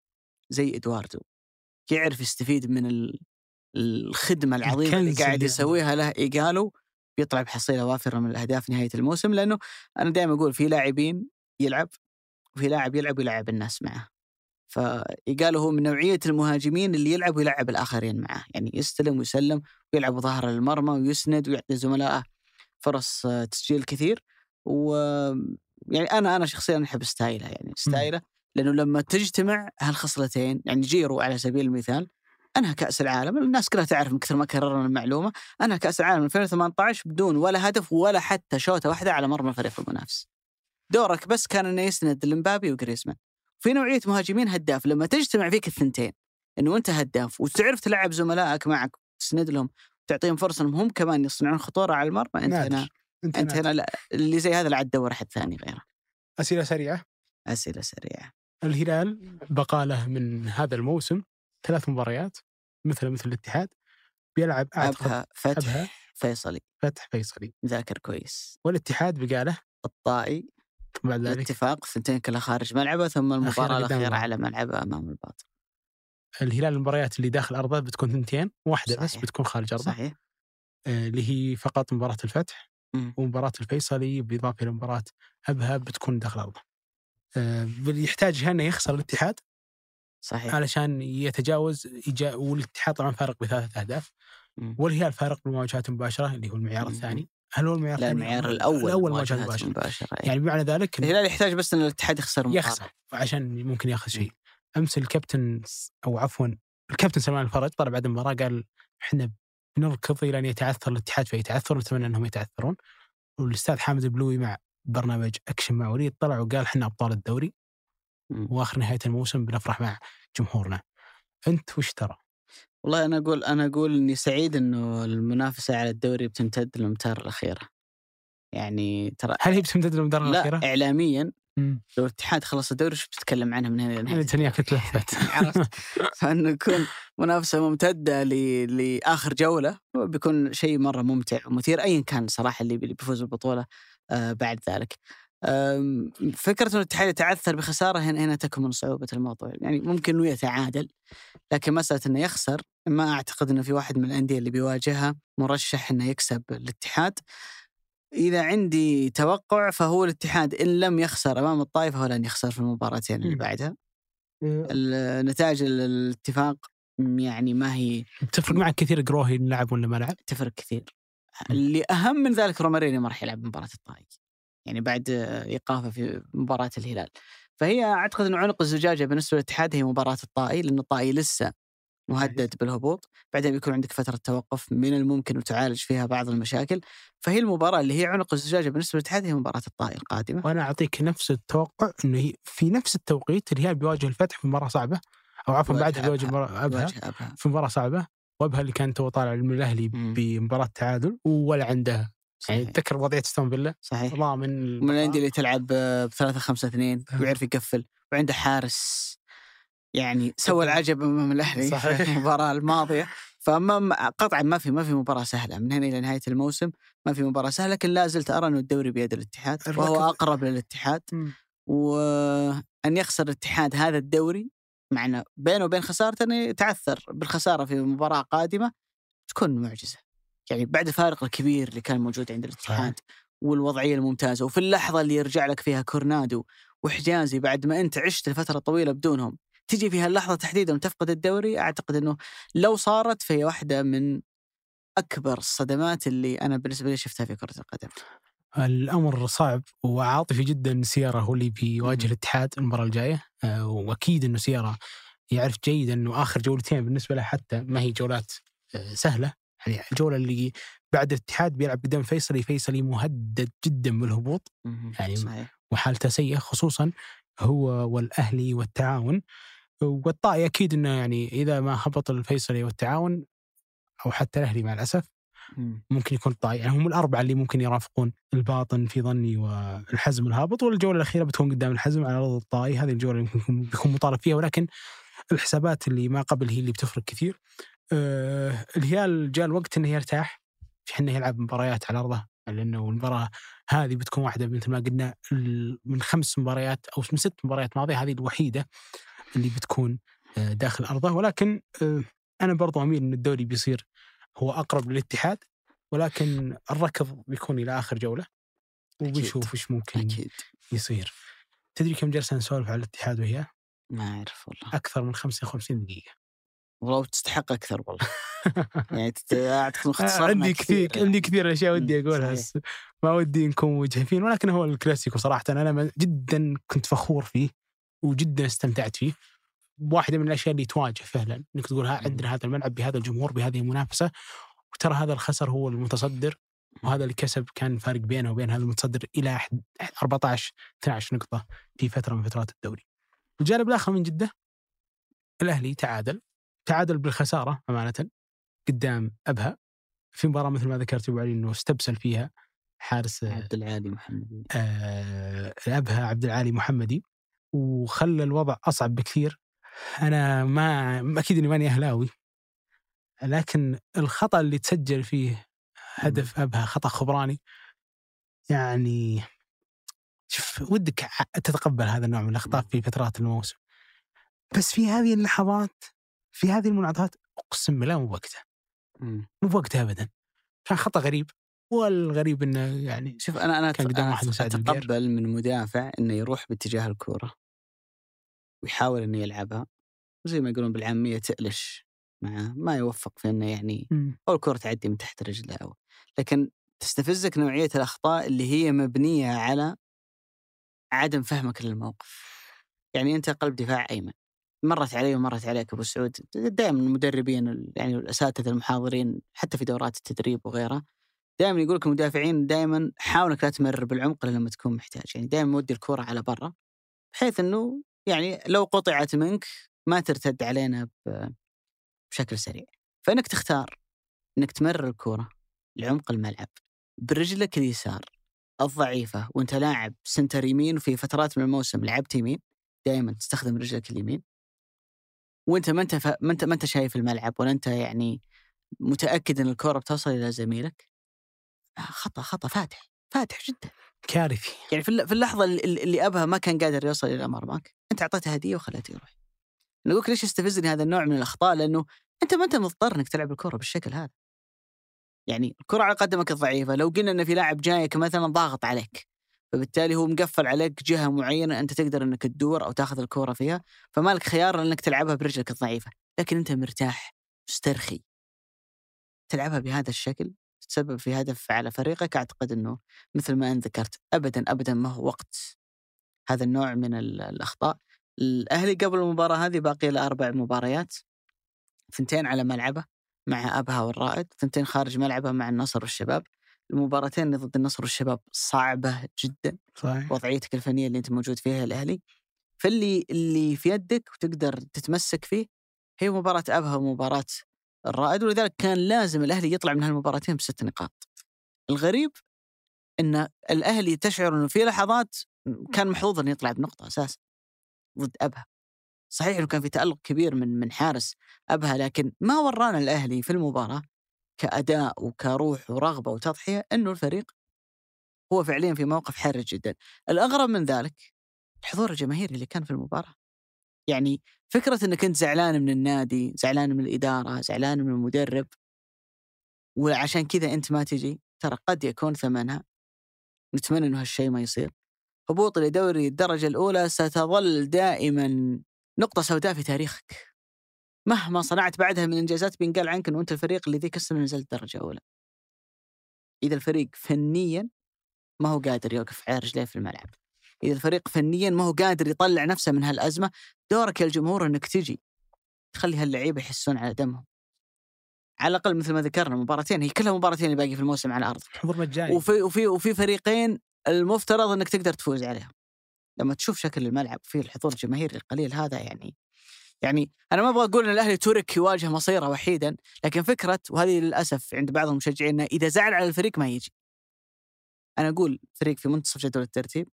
زي إدواردو يعرف يستفيد من الخدمة العظيمة اللي قاعد يسويها له إيقالوا، بيطلع بحصيلة وافرة من الأهداف نهاية الموسم. لأنه أنا دائما أقول في لاعبين يلعب وفي لاعب يلعب ويلعب الناس معه، فإيقالوا هو من نوعية المهاجمين اللي يلعب ويلعب الآخرين معه، يعني يستلم ويسلم ويلعب ظهر المرمى ويسند ويعطي زملائه فرص تسجيل كثير. و يعني أنا أنا شخصيا أحب ستايله، يعني ستايله لأنه لما تجتمع هالخصلتين، يعني جيرو على سبيل المثال أنهى كأس العالم، الناس كلها تعرف من كثر ما كررنا المعلومة، أنهى كأس العالم ألفين وثمانية عشر بدون ولا هدف ولا حتى شوطة واحدة على مرمى الفريق المنافس. دورك بس كان إنه يسند لمبابي وغريزمان. في نوعية مهاجمين هداف لما تجتمع فيك الثنتين، إنه أنت هداف وتعرف تلعب زملائك معك تسند لهم تعطيهم فرصة إنهم هم كمان يصنعون خطورة على المرمى، أنت هنا أنت, أنت هنا لا، اللي زي هذا لا عاد دور أحد ثاني غيره. أسئلة سريعة أسئلة سريعة. الهلال بقى له من هذا الموسم ثلاث مباريات مثل مثل الاتحاد، بيلعب أبها فتح أبها فيصلي فتح فيصلي ذاكر كويس، والاتحاد بقى له الطائي بعد ذلك الاتفاق ثنتين كلها خارج ملعبه، ثم المباراة الأخيرة على ملعبه أمام الباطن. الهلال المباريات اللي داخل أرضه بتكون ثنتين، واحدة بس بتكون خارج أرضه، صحيح، آه اللي هي فقط مباراة الفتح م. ومباراة الفيصلي بالإضافة إلى مباراة أبها بتكون داخل أرضه. آه يحتاج هنا يخسر الاتحاد صحيح علشان يتجاوز يجا... والاتحاد طبعا فارق بثلاثة أهداف، والهلال فارق بالمواجهات المباشرة اللي هو المعيار الثاني. هل هو المعيار الثاني؟ المعيار الأول الأول مواجهات مباشرة, مباشرة. يعني بمعنى ذلك الهلال يحتاج بس أن الاتحاد يخسر مباراة يخسر عشان ممكن ياخذ شيء. أمس الكابتن أو عفوا الكابتن سلمان الفرج طلع بعد المباراة قال إحنا بنركض إلى أن يتعثر الاتحاد فيتعثر، نتمنى أنهم يتعثرون. والأستاذ حامد البلوي مع برنامج أكشن مع وليد طلع وقال إحنا أبطال الدوري وآخر نهاية الموسم بنفرح مع جمهورنا. أنت وش ترى؟ والله أنا أقول أنا أقول إني سعيد إنه المنافسة على الدوري بتمتد للأمتار الأخيرة. يعني ترى هل هي بتمتد للأمتار الأخيرة؟ لا، إعلامياً مم. لو الاتحاد خلص الدوري شو بتتكلم عنها من هنا لنهاية الدنيا كتلفت. فإنه يكون منافسة ممتدة ل لآخر جولة بيكون شيء مرة ممتع ومثير أيا كان صراحة اللي بيفوز بالبطولة. آه بعد ذلك فكرة أن الاتحاد يتعثر بخسارة هنا هنا تكمن صعوبة الموضوع. يعني ممكن إنه يتعادل، لكن مسألة إنه يخسر ما أعتقد إنه في واحد من الأندية اللي بيواجهها مرشح إنه يكسب الاتحاد. إذا عندي توقع فهو الاتحاد إن لم يخسر أمام الطائف هو لن يخسر في المباراتين اللي بعدها. النتائج الاتفاق يعني ما هي تفرق معك كثير قروهي لعب ولا ما لعب؟ تفرق كثير. اللي أهم من ذلك روماريني ما راح يلعب مباراة الطائف يعني بعد إيقافه في مباراة الهلال. فهي أعتقد أن عنق الزجاجة بالنسبة للاتحاد هي مباراة الطائي، لأن الطائي لسه مهدد بالهبوط، بعدين بيكون عندك فترة توقف من الممكن وتعالج فيها بعض المشاكل. فهي المباراة اللي هي عنق الزجاجة بالنسبة للاتحاد هي مباراة الطائي القادمة. وأنا أعطيك نفس التوقع إنه هي في نفس التوقيت الهلال بيواجه الفتح في مباراة صعبة، أو عفوا بعدها بيواجه مباراة أبها في مباراة صعبة، وأبها اللي كان تو طالع من الأهلي بمباراة تعادل ولا عنده يعني تذكر وضعية استون فيلا صحيح الله من من الأندية اللي تلعب بثلاثة خمسة اثنين ويعرف يقفل وعنده حارس يعني سوى العجب أمام الأهلي في المباراة الماضية. فما قطعا ما في ما في مباراة سهلة من هنا إلى نهاية الموسم، ما في مباراة سهلة، لكن لا زلت أرى إنه الدوري بيد الاتحاد وهو أقرب للاتحاد. م. وأن يخسر الاتحاد هذا الدوري معنا بينه وبين خسارته أنه يتعثر بالخسارة في مباراة قادمة تكون معجزة، يعني بعد الفارق الكبير اللي كان موجود عند الاتحاد والوضعية الممتازة، وفي اللحظة اللي يرجع لك فيها كورنادو وحجازي بعد ما أنت عشت لفترة طويلة بدونهم، تجي فيها اللحظة تحديدا وتفقد الدوري. أعتقد أنه لو صارت فهي واحدة من أكبر الصدمات اللي أنا بالنسبة لي شفتها في كرة القدم. الأمر صعب وعاطفي جدا. سيارة هو اللي بيواجه الاتحاد المباراة الجاية، وأكيد أنه سيارة يعرف جيدا أنه آخر جولتين بالنسبة له حتى ما هي جولات سهلة. يعني الجولة اللي بعد الاتحاد بيلعب قدام فيصلي، فيصلي مهدد جدا بالهبوط يعني صحيح. وحالته سيئة خصوصا هو والأهلي والتعاون والطائي. أكيد أنه يعني إذا ما هبط الفيصلي والتعاون أو حتى الأهلي مع الأسف ممكن يكون طائي، يعني هم الأربعة اللي ممكن يرافقون الباطن في ظني والحزم الهابط، والجولة الأخيرة بتكون قدام الحزم على أرض الطائي. هذه الجولة يمكن بيكون مطالب فيها، ولكن الحسابات اللي ما قبل هي اللي بتفرق كثير. أه الهلال جاء الوقت إنه يرتاح في إنه يلعب مباريات على أرضه، لأنه المباراة هذه بتكون واحدة مثل ما قلنا من خمس مباريات أو من ست مباريات ماضية، هذه الوحيدة اللي بتكون داخل أرضه. ولكن أه أنا برضو أميل إن الدوري بيصير هو أقرب للاتحاد، ولكن الركض بيكون إلى آخر جولة وبيشوف إيش ممكن أكيد. يصير. تدري كم جلسة نسولف على الاتحاد وهي؟ ما أعرف والله. أكثر من خمسة وخمسين دقيقة. والله تستحق أكثر والله. يعني أعتقد مختصرنا عندي كثير كثير عندي كثير أشياء ودي أقولها، ما ودي نكون مجهفين، ولكن هو الكلاسيكو صراحة أنا جدا كنت فخور فيه وجدا استمتعت فيه. واحدة من الأشياء اللي تواجه فعلا إنك تقول ها عندنا هذا الملعب بهذا الجمهور بهذه المنافسة، وترى هذا الخسر هو المتصدر، وهذا اللي كسب كان فارق بينه وبين هذا المتصدر إلى أربعة عشر اثنا عشر نقطة في فترة من فترات الدوري. الجانب الآخر من جدة الأهلي تعادل تعادل بالخسارة أمانة قدام أبها في مباراة مثل ما ذكرت أبو علي إنه استبسل فيها حارس عبد العالي محمدي آه أبها عبد العالي محمدي، وخلى الوضع أصعب بكثير. أنا ما أكيد إني ماني أهلاوي، لكن الخطأ اللي تسجل فيه هدف أبها خطأ خبراني. يعني شوف ودك تتقبل هذا النوع من الأخطاء في فترات الموسم، بس في هذه اللحظات في هذه المنعطفات أقسم بالله مو وقتها مو وقتها أبدا. كان خطأ غريب، والغريب إنه يعني شوف أنا أنا كان قدام واحد أتقبل من مدافع إنه يروح باتجاه الكرة ويحاول إنه يلعبها زي ما يقولون بالعامية تقلش معه، ما يوفق في إنه يعني أو الكرة تعدي من تحت رجله، أو لكن تستفزك نوعية الأخطاء اللي هي مبنية على عدم فهمك للموقف. يعني أنت قلب دفاع أيمن، مرت علي ومرت عليك أبو سعود، دائما المدربين يعني الأساتذة المحاضرين حتى في دورات التدريب وغيرها دائما يقولك المدافعين دائما حاولك لا تمرر بالعمق لما تكون محتاج، يعني دائما مودي الكرة على برا بحيث أنه يعني لو قطعت منك ما ترتد علينا بشكل سريع. فإنك تختار إنك تمرر الكرة لعمق الملعب برجلك اليسار الضعيفة وانت لاعب سنتر يمين، وفي فترات من الموسم لعبت يمين، دائما تستخدم رجلك اليمين وانت ما انت ف... ما انت ما انت شايف الملعب ولا انت يعني متأكد ان الكرة بتصل الى زميلك. خطأ خطأ فاتح فاتح جدا كارثي. يعني في في اللحظة اللي, اللي أبها ما كان قادر يوصل إلى مرماك، أنت أعطيته هدية وخليته يروح. نقولك ليش يستفزني هذا النوع من الأخطاء؟ لأنه أنت ما أنت مضطر إنك تلعب الكرة بالشكل هذا. يعني الكرة على قدمك الضعيفة، لو قلنا إن في لاعب جايك مثلا ضاغط عليك فبالتالي هو مقفل عليك جهة معينة أنت تقدر إنك تدور أو تأخذ الكرة فيها، فمالك خيار إنك تلعبها برجلك الضعيفة. لكن أنت مرتاح مسترخي تلعبها بهذا الشكل تسبب في هدف على فريقك. أعتقد أنه مثل ما أنت ذكرت أبدا أبدا ما هو وقت هذا النوع من الأخطاء. الأهلي قبل المباراة هذه باقي له أربع مباريات، ثنتين على ملعبه مع أبها والرائد، ثنتين خارج ملعبه مع النصر والشباب. المباراتين ضد النصر والشباب صعبة جدا، صحيح. وضعيتك الفنية اللي أنت موجود فيها الأهلي، فاللي اللي في يدك وتقدر تتمسك فيه هي مباراة أبها ومباراة الرائد، ولذلك كان لازم الأهلي يطلع من هالمباراتين بست نقاط. الغريب أن الأهلي تشعر أنه في لحظات كان محظوظ أن يطلع بنقطة أساسا ضد أبها. صحيح أنه كان في تألق كبير من من حارس أبها، لكن ما ورانا الأهلي في المباراة كأداء وكروح ورغبة وتضحية أنه الفريق هو فعليا في موقف حرج جدا. الأغرب من ذلك الحضور الجماهيري اللي كان في المباراة. يعني فكرة أنك أنت زعلان من النادي، زعلان من الإدارة، زعلان من المدرب، وعشان كذا أنت ما تجي، ترى قد يكون ثمنها. نتمنى أنه هالشيء ما يصير. هبوط لدوري الدرجة الأولى ستظل دائما نقطة سوداء في تاريخك، مهما صنعت بعدها من إنجازات بينقال عنك أنه أنت الفريق اللي ذيك السنة نزلت درجة أولى. إذا الفريق فنيا ما هو قادر يوقف على رجليه في الملعب، إذا الفريق فنيا ما هو قادر يطلع نفسه من هالأزمة، دورك يا الجمهور أنك تجي تخلي هاللعيبة يحسون على دمهم. على الأقل مثل ما ذكرنا مباراتين، هي كلها مباراتين اللي باقي في الموسم على الأرض، حضور مجاني، وفي وفي وفي فريقين المفترض أنك تقدر تفوز عليهم. لما تشوف شكل الملعب في الحضور الجماهيري القليل هذا، يعني يعني أنا ما أبغى أقول أن الأهلي ترك يواجه مصيره وحيدا، لكن فكرة، وهذه للأسف عند بعض المشجعين، إذا زعل على الفريق ما يجي. أنا أقول فريق في منتصف جدول الترتيب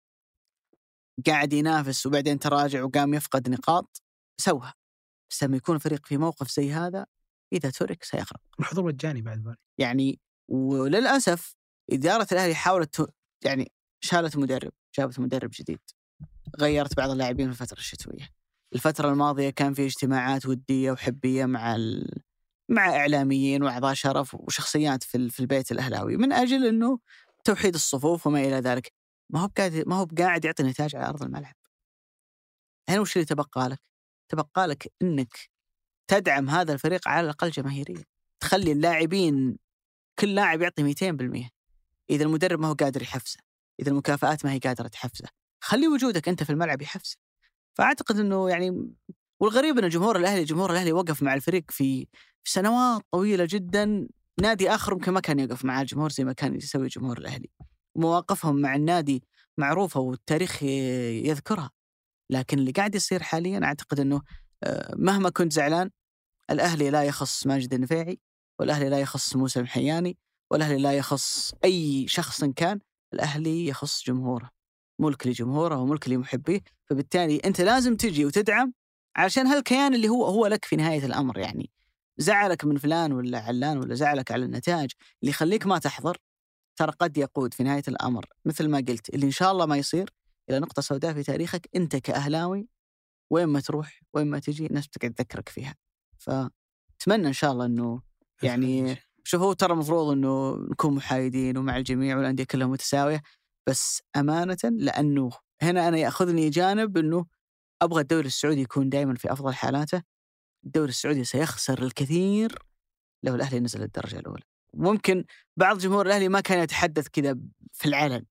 قاعد ينافس وبعدين تراجع وقام يفقد نقاط سوها، بس لما يكون فريق في موقف زي هذا إذا ترك سيغرق. الحضور مجاني بعد بالي يعني وللأسف إدارة الأهلي حاولت، يعني شالت مدرب، جابت مدرب جديد، غيرت بعض اللاعبين في الفترة الشتوية. الفترة الماضية كان في اجتماعات ودية وحبية مع ال... مع إعلاميين وأعضاء شرف وشخصيات في ال... في البيت الأهلاوي من أجل إنه توحيد الصفوف وما إلى ذلك. ما هو قاعد ما هو قاعد يعطي نتاج على أرض الملعب. هنا وش اللي تبقى لك؟ تبقى لك إنك تدعم هذا الفريق على الأقل جماهيريا، تخلي اللاعبين كل لاعب يعطي مئتين بالمئة. إذا المدرب ما هو قادر يحفزه، إذا المكافآت ما هي قادرة تحفزه، خلي وجودك أنت في الملعب يحفزه. فأعتقد أنه يعني، والغريب أن جمهور الأهلي جمهور الأهلي وقف مع الفريق في في سنوات طويلة جدا. نادي آخر يمكن ما كان يقف مع الجمهور زي ما كان يسوي جمهور الأهلي. مواقفهم مع النادي معروفة والتاريخ يذكرها، لكن اللي قاعد يصير حاليا أعتقد أنه مهما كنت زعلان، الأهلي لا يخص ماجد النفيعي، والأهلي لا يخص موسى المحياني، والأهلي لا يخص أي شخص كان. الأهلي يخص جمهوره، ملك لجمهوره وملك لمحبيه. فبالتالي أنت لازم تجي وتدعم عشان هالكيان اللي هو هو لك في نهاية الأمر. يعني زعلك من فلان ولا علان ولا زعلك على النتائج اللي يخليك ما تحضر، ترى قد يقود في نهاية الأمر مثل ما قلت اللي إن شاء الله ما يصير إلى نقطة سوداء في تاريخك. أنت كأهلاوي وين ما تروح وين ما تجي ناس تقعد تذكرك فيها. فأتمنى إن شاء الله أنه يعني شوفوا، ترى مفروض أنه نكون محايدين ومع الجميع والأندية كلها متساوية، بس أمانة لأنه هنا أنا يأخذني جانب أنه أبغى الدوري السعودي يكون دائما في أفضل حالاته. الدوري السعودي سيخسر الكثير لو الأهلي نزل الدرجة الأولى. ممكن بعض جمهور الأهلي ما كان يتحدث كذا في العلن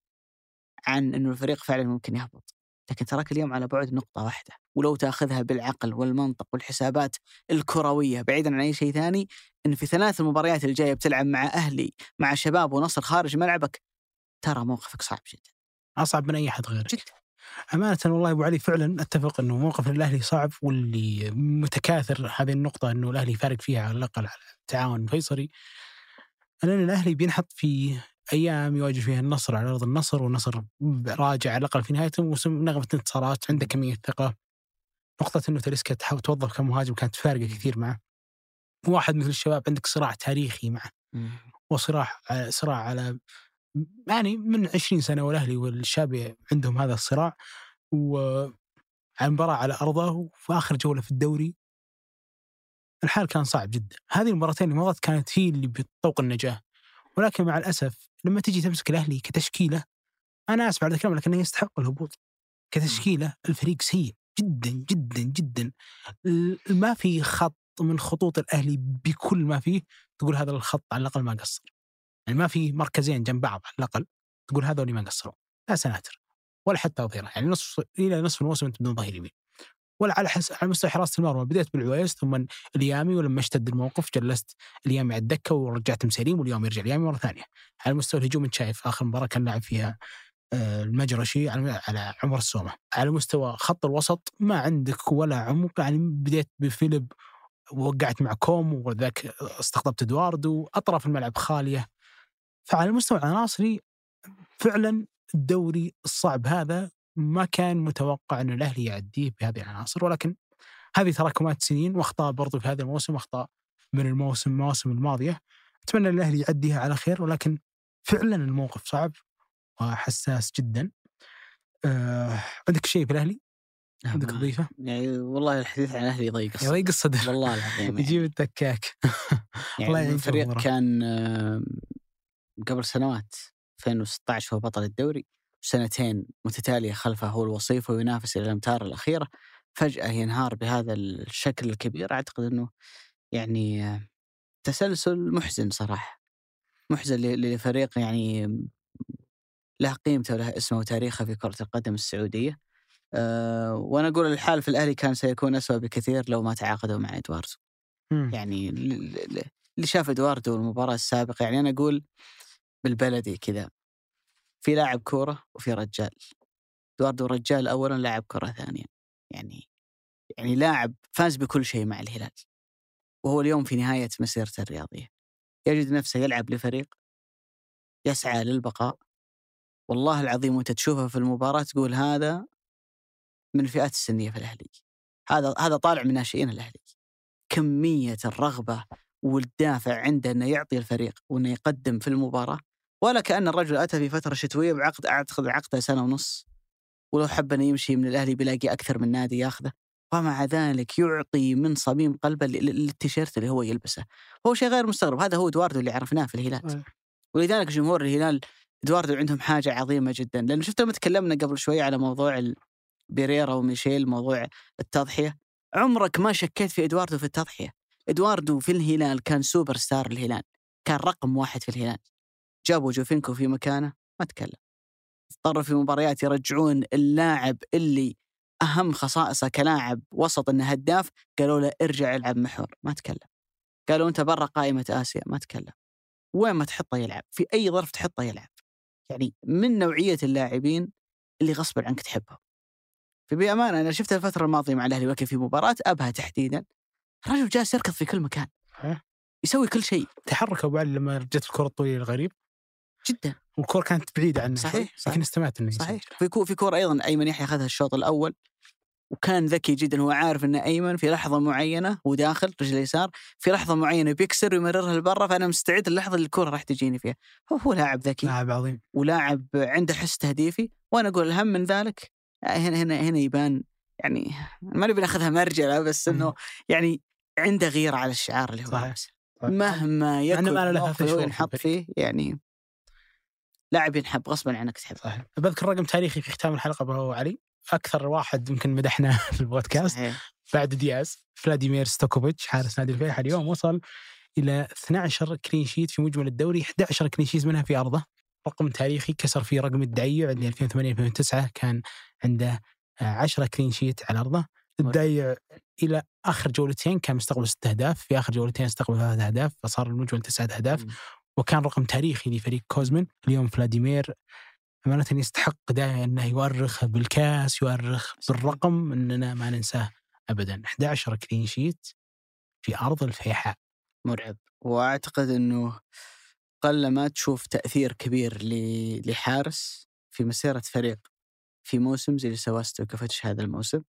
عن أنه الفريق فعلا ممكن يهبط، لكن تراك اليوم على بعد نقطة واحدة، ولو تأخذها بالعقل والمنطق والحسابات الكروية بعيدا عن أي شيء ثاني، إن في ثلاث المباريات الجاية بتلعب مع أهلي مع شباب ونصر خارج ملعبك، ترى موقفك صعب جدا، أصعب من أي حد غيرك جدا. أمانة والله أبو علي فعلا أتفق أنه موقف الأهلي صعب، واللي متكاثر هذه النقطة أنه الأهلي فارق فيها على الأقل على التعاون الفيصلي، لأن الأهلي بينحط في أيام يواجه فيها النصر على أرض النصر، والنصر راجع على الأقل في نهاية الموسم نغمة انتصارات، عنده كمية ثقة. نقطة أنه تريسكا تحاول توظف كمهاجم كانت فارقة كثير معه. واحد مثل الشباب عندك صراع تاريخي معه، وصراع صراع على يعني من عشرين سنة، والأهلي والشابي عندهم هذا الصراع، ومباراة على أرضه وفي آخر جولة في الدوري الحال كان صعب جدا. هذه المباراتين اللي مضت كانت هي اللي بتطوق النجاة، ولكن مع الأسف لما تجي تمسك الأهلي كتشكيلة، أنا أسف على الكلام لكنه يستحق الهبوط كتشكيلة. الفريق سيء جدا جدا جدا، ما في خط من خطوط الأهلي بكل ما فيه تقول هذا الخط على الأقل ما قصر، يعني ما في مركزين جنب بعض على الأقل تقول هذا اللي ما قصروا، لا سناتر ولا حتى ظهيرة، يعني نصف إلى نصف الموسم أنت بدون ظهير يمين. ولا على حس على مستوى حراسة المرمى بديت بالعويس ثم اليامي، ولما اشتد الموقف جلست اليامي على الدكة ورجعت مسليم واليوم يرجع اليامي مرة ثانية. على مستوى الهجوم انت شايف آخر مباراة كان لعب فيها المجرشي على على عمر السومة. على مستوى خط الوسط ما عندك ولا عمق، يعني بديت بفيليب ووقعت مع كوم وذاك استقطبت ادواردو، أطراف الملعب خالية. فعلى المستوى العناصري فعلا الدوري الصعب هذا ما كان متوقع أن الأهلي يعديه بهذه العناصر، ولكن هذه تراكمات سنين واخطاء برضو في هذا الموسم، اخطاء من الموسم المواسم الماضية. أتمنى أن الأهلي يعديها على خير، ولكن فعلا الموقف صعب وحساس جدا. أه عندك شيء في الأهلي؟ عندك تضيفه؟ يعني والله الحديث عن الأهلي يضيق الصدر، يضيق الصدر والله العظيم يعني. يجيب التكاك. يعني الفريق كان قبل سنوات ألفين وستة عشر هو بطل الدوري، سنتين متتالية خلفه هو الوصيف وينافس إلى الأمتار الأخيرة، فجأة ينهار بهذا الشكل الكبير. أعتقد أنه يعني تسلسل محزن صراحة، محزن لفريق يعني له قيمته وله اسمه وتاريخه في كرة القدم السعودية. أه وأنا أقول الحال في الأهلي كان سيكون أسوأ بكثير لو ما تعاقدوا مع إدواردو. يعني اللي شاف إدواردو المباراة السابقة، يعني أنا أقول بالبلدي كذا، في لاعب كورة وفي رجال. إدواردو رجال أولا، لاعب كرة ثانيا. يعني يعني لاعب فاز بكل شيء مع الهلال، وهو اليوم في نهاية مسيرته الرياضية يجد نفسه يلعب لفريق يسعى للبقاء. والله العظيم وانت تشوفه في المباراة تقول هذا من الفئات السنية في الأهلي، هذا هذا طالع من ناشئين الأهلي. كمية الرغبة والدافع عنده أنه يعطي الفريق وأنه يقدم في المباراة، ولا كأن الرجل أتى في فترة شتوية بعقد أعتقد عقده سنة ونص، ولو حب أن يمشي من الأهلي بيلاقي أكثر من نادي ياخذه، ومع ذلك يعطي من صميم قلبه للتيشيرت اللي هو يلبسه. هو شيء غير مستغرب، هذا هو إدواردو اللي عرفناه في الهلال. ولذلك جمهور الهلال إدواردو عندهم حاجة عظيمة جدا، لأنه شفت لما تكلمنا قبل شوي على موضوع بيريرا وميشيل، موضوع التضحية، عمرك ما شكيت في إدواردو في التضحية. إدواردو في الهلال كان سوبر ستار الهلال، كان رقم واحد في الهلال. جابوا جوفينكو في مكانه ما تكلم، اضطروا في مباريات يرجعون اللاعب اللي أهم خصائصه كلاعب وسط إنه هداف، قالوا له ارجع العب محور ما تكلم، قالوا أنت برا قائمة آسيا ما تكلم، وين ما تحطه يلعب، في أي ظرف تحطه يلعب. يعني من نوعية اللاعبين اللي غصبا عنك تحبهم. فبأمانة أنا شفت الفترة الماضية مع الأهلي وكيف في مباراة أبها تحديدا، الرجل جالس يركض في كل مكان، يسوي كل شيء. تحرك أبو علي لما جت الكرة الطويلة الغريب جدا، والكرة كانت بعيدة عنه، صحيح, صحيح. لكن استمعت إنه صحيح. في كو في كرة أيضا أيمن يحيى أخذها الشوط الأول وكان ذكي جدا، هو عارف أن أيمن في لحظة معينة وداخل رجل يسار في لحظة معينة بيكسر ويمررها لبرا، فأنا مستعد اللحظة اللي الكرة راح تجيني فيها. هو هو لاعب ذكي، لاعب عظيم، ولاعب عنده حس تهديفي. وأنا أقول الهم من ذلك هنا هنا هنا يبان، يعني ما نبي ناخذها مرجلة، بس إنه يعني عنده غير على الشعار اللي هو صحيح. مهما يكون هو ينحط فيه، يعني لاعب ينحب غصبا عنك تحب. صحيح. بذكر رقم تاريخي في ختام الحلقة أبو علي، أكثر واحد يمكن مدحنا في البودكاست صحيح. بعد دياز، فلاديمير ستوكوفيتش حارس نادي الفيحاء اليوم وصل إلى اثنا عشر كلين شيت في مجمل الدوري، إحدى عشر كلين شيت منها في أرضه، رقم تاريخي كسر فيه رقم الدعيع اللي ألفين وثمانية ألفين وتسعة كان عنده عشرة كلين شيت على أرضه. الدعيع إلى آخر جولتين كان مستقبل ستة أهداف، في آخر جولتين استقبل ثلاثة أهداف، فصار المجمل تسعة أهداف، وكان رقم تاريخي لفريق كوزمن. اليوم فلاديمير أمانة يستحق دائما أنه يؤرخ بالكاس، يؤرخ بالرقم أننا ما ننساه أبدا. إحدى عشر كلين شيت في أرض الفيحاء، مرعب. وأعتقد أنه قل ما تشوف تأثير كبير لحارس في مسيرة فريق في موسم زي اللي سواه ستوكوفيتش هذا الموسم.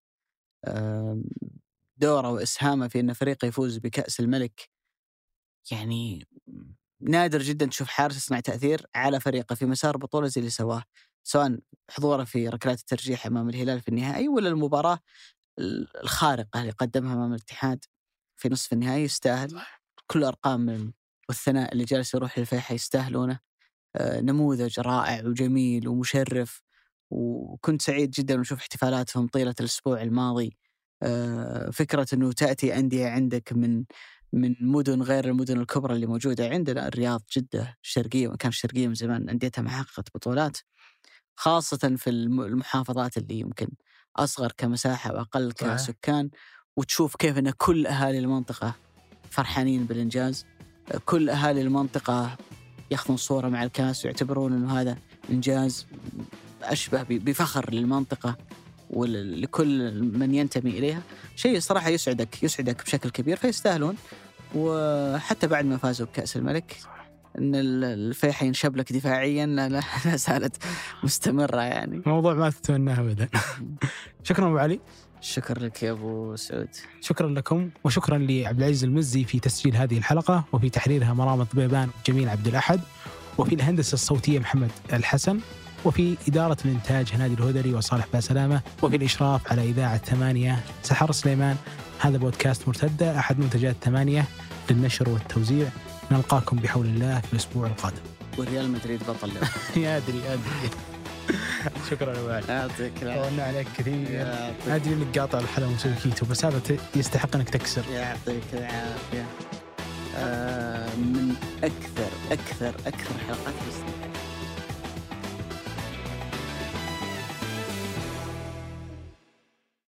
دوره وإسهامه في أن فريقه يفوز بكأس الملك، يعني نادر جدا تشوف حارس يصنع تأثير على فريقه في مسار بطولة زي اللي سواه، سواء حضوره في ركلات الترجيح أمام الهلال في النهائي ولا المباراة الخارقة اللي قدمها أمام الاتحاد في نصف النهائي. يستاهل كل أرقام والثناء اللي جالس يروح للفيحاء يستاهلونه. آه نموذج رائع وجميل ومشرف، وكنت سعيد جدا نشوف احتفالاتهم طيلة الأسبوع الماضي. آه فكرة أنه تأتي أندية عندك من من مدن غير المدن الكبرى اللي موجودة عندنا، الرياض، جدة، الشرقية، وكان الشرقية من زمان أنديتها ما حققت بطولات، خاصة في المحافظات اللي يمكن أصغر كمساحة وأقل صحيح. كسكان، وتشوف كيف أن كل أهالي المنطقة فرحانين بالإنجاز. كل أهالي المنطقة يأخذون صورة مع الكاس ويعتبرون أنه هذا إنجاز أشبه بفخر للمنطقة ولكل من ينتمي إليها. شيء صراحة يسعدك يسعدك بشكل كبير، فيستاهلون. وحتى بعد ما فازوا بكأس الملك إن الفيحة ينشب لك دفاعيا لا لا, لا زالت مستمرة يعني. موضوع ما تتمناه أبدا. شكرا أبو علي. شكرا لك يا أبو سعود. شكرا لكم، وشكرا لعبد العزيز المزي في تسجيل هذه الحلقة، وفي تحريرها مرام ضبيبان وجميل عبد الأحد، وفي الهندسة الصوتية محمد الحسن، وفي إدارة الإنتاج هنادي الهدري وصالح باسلامة، وفي الإشراف على إذاعة ثمانية سحر سليمان. هذا بودكاست مرتدة، أحد منتجات ثمانية للنشر والتوزيع. نلقاكم بحول الله في الأسبوع القادم. وريال مدريد بطل. يا أدري أدري. شكرا أبو علي. يعطيك العافية. طولنا عليك كثير. أدري إنك قاطع الحلقة ومسوي كيتو، بس هذا يستحق إنك تكسر. يعطيك العافية. آه من أكثر أكثر أكثر حلقات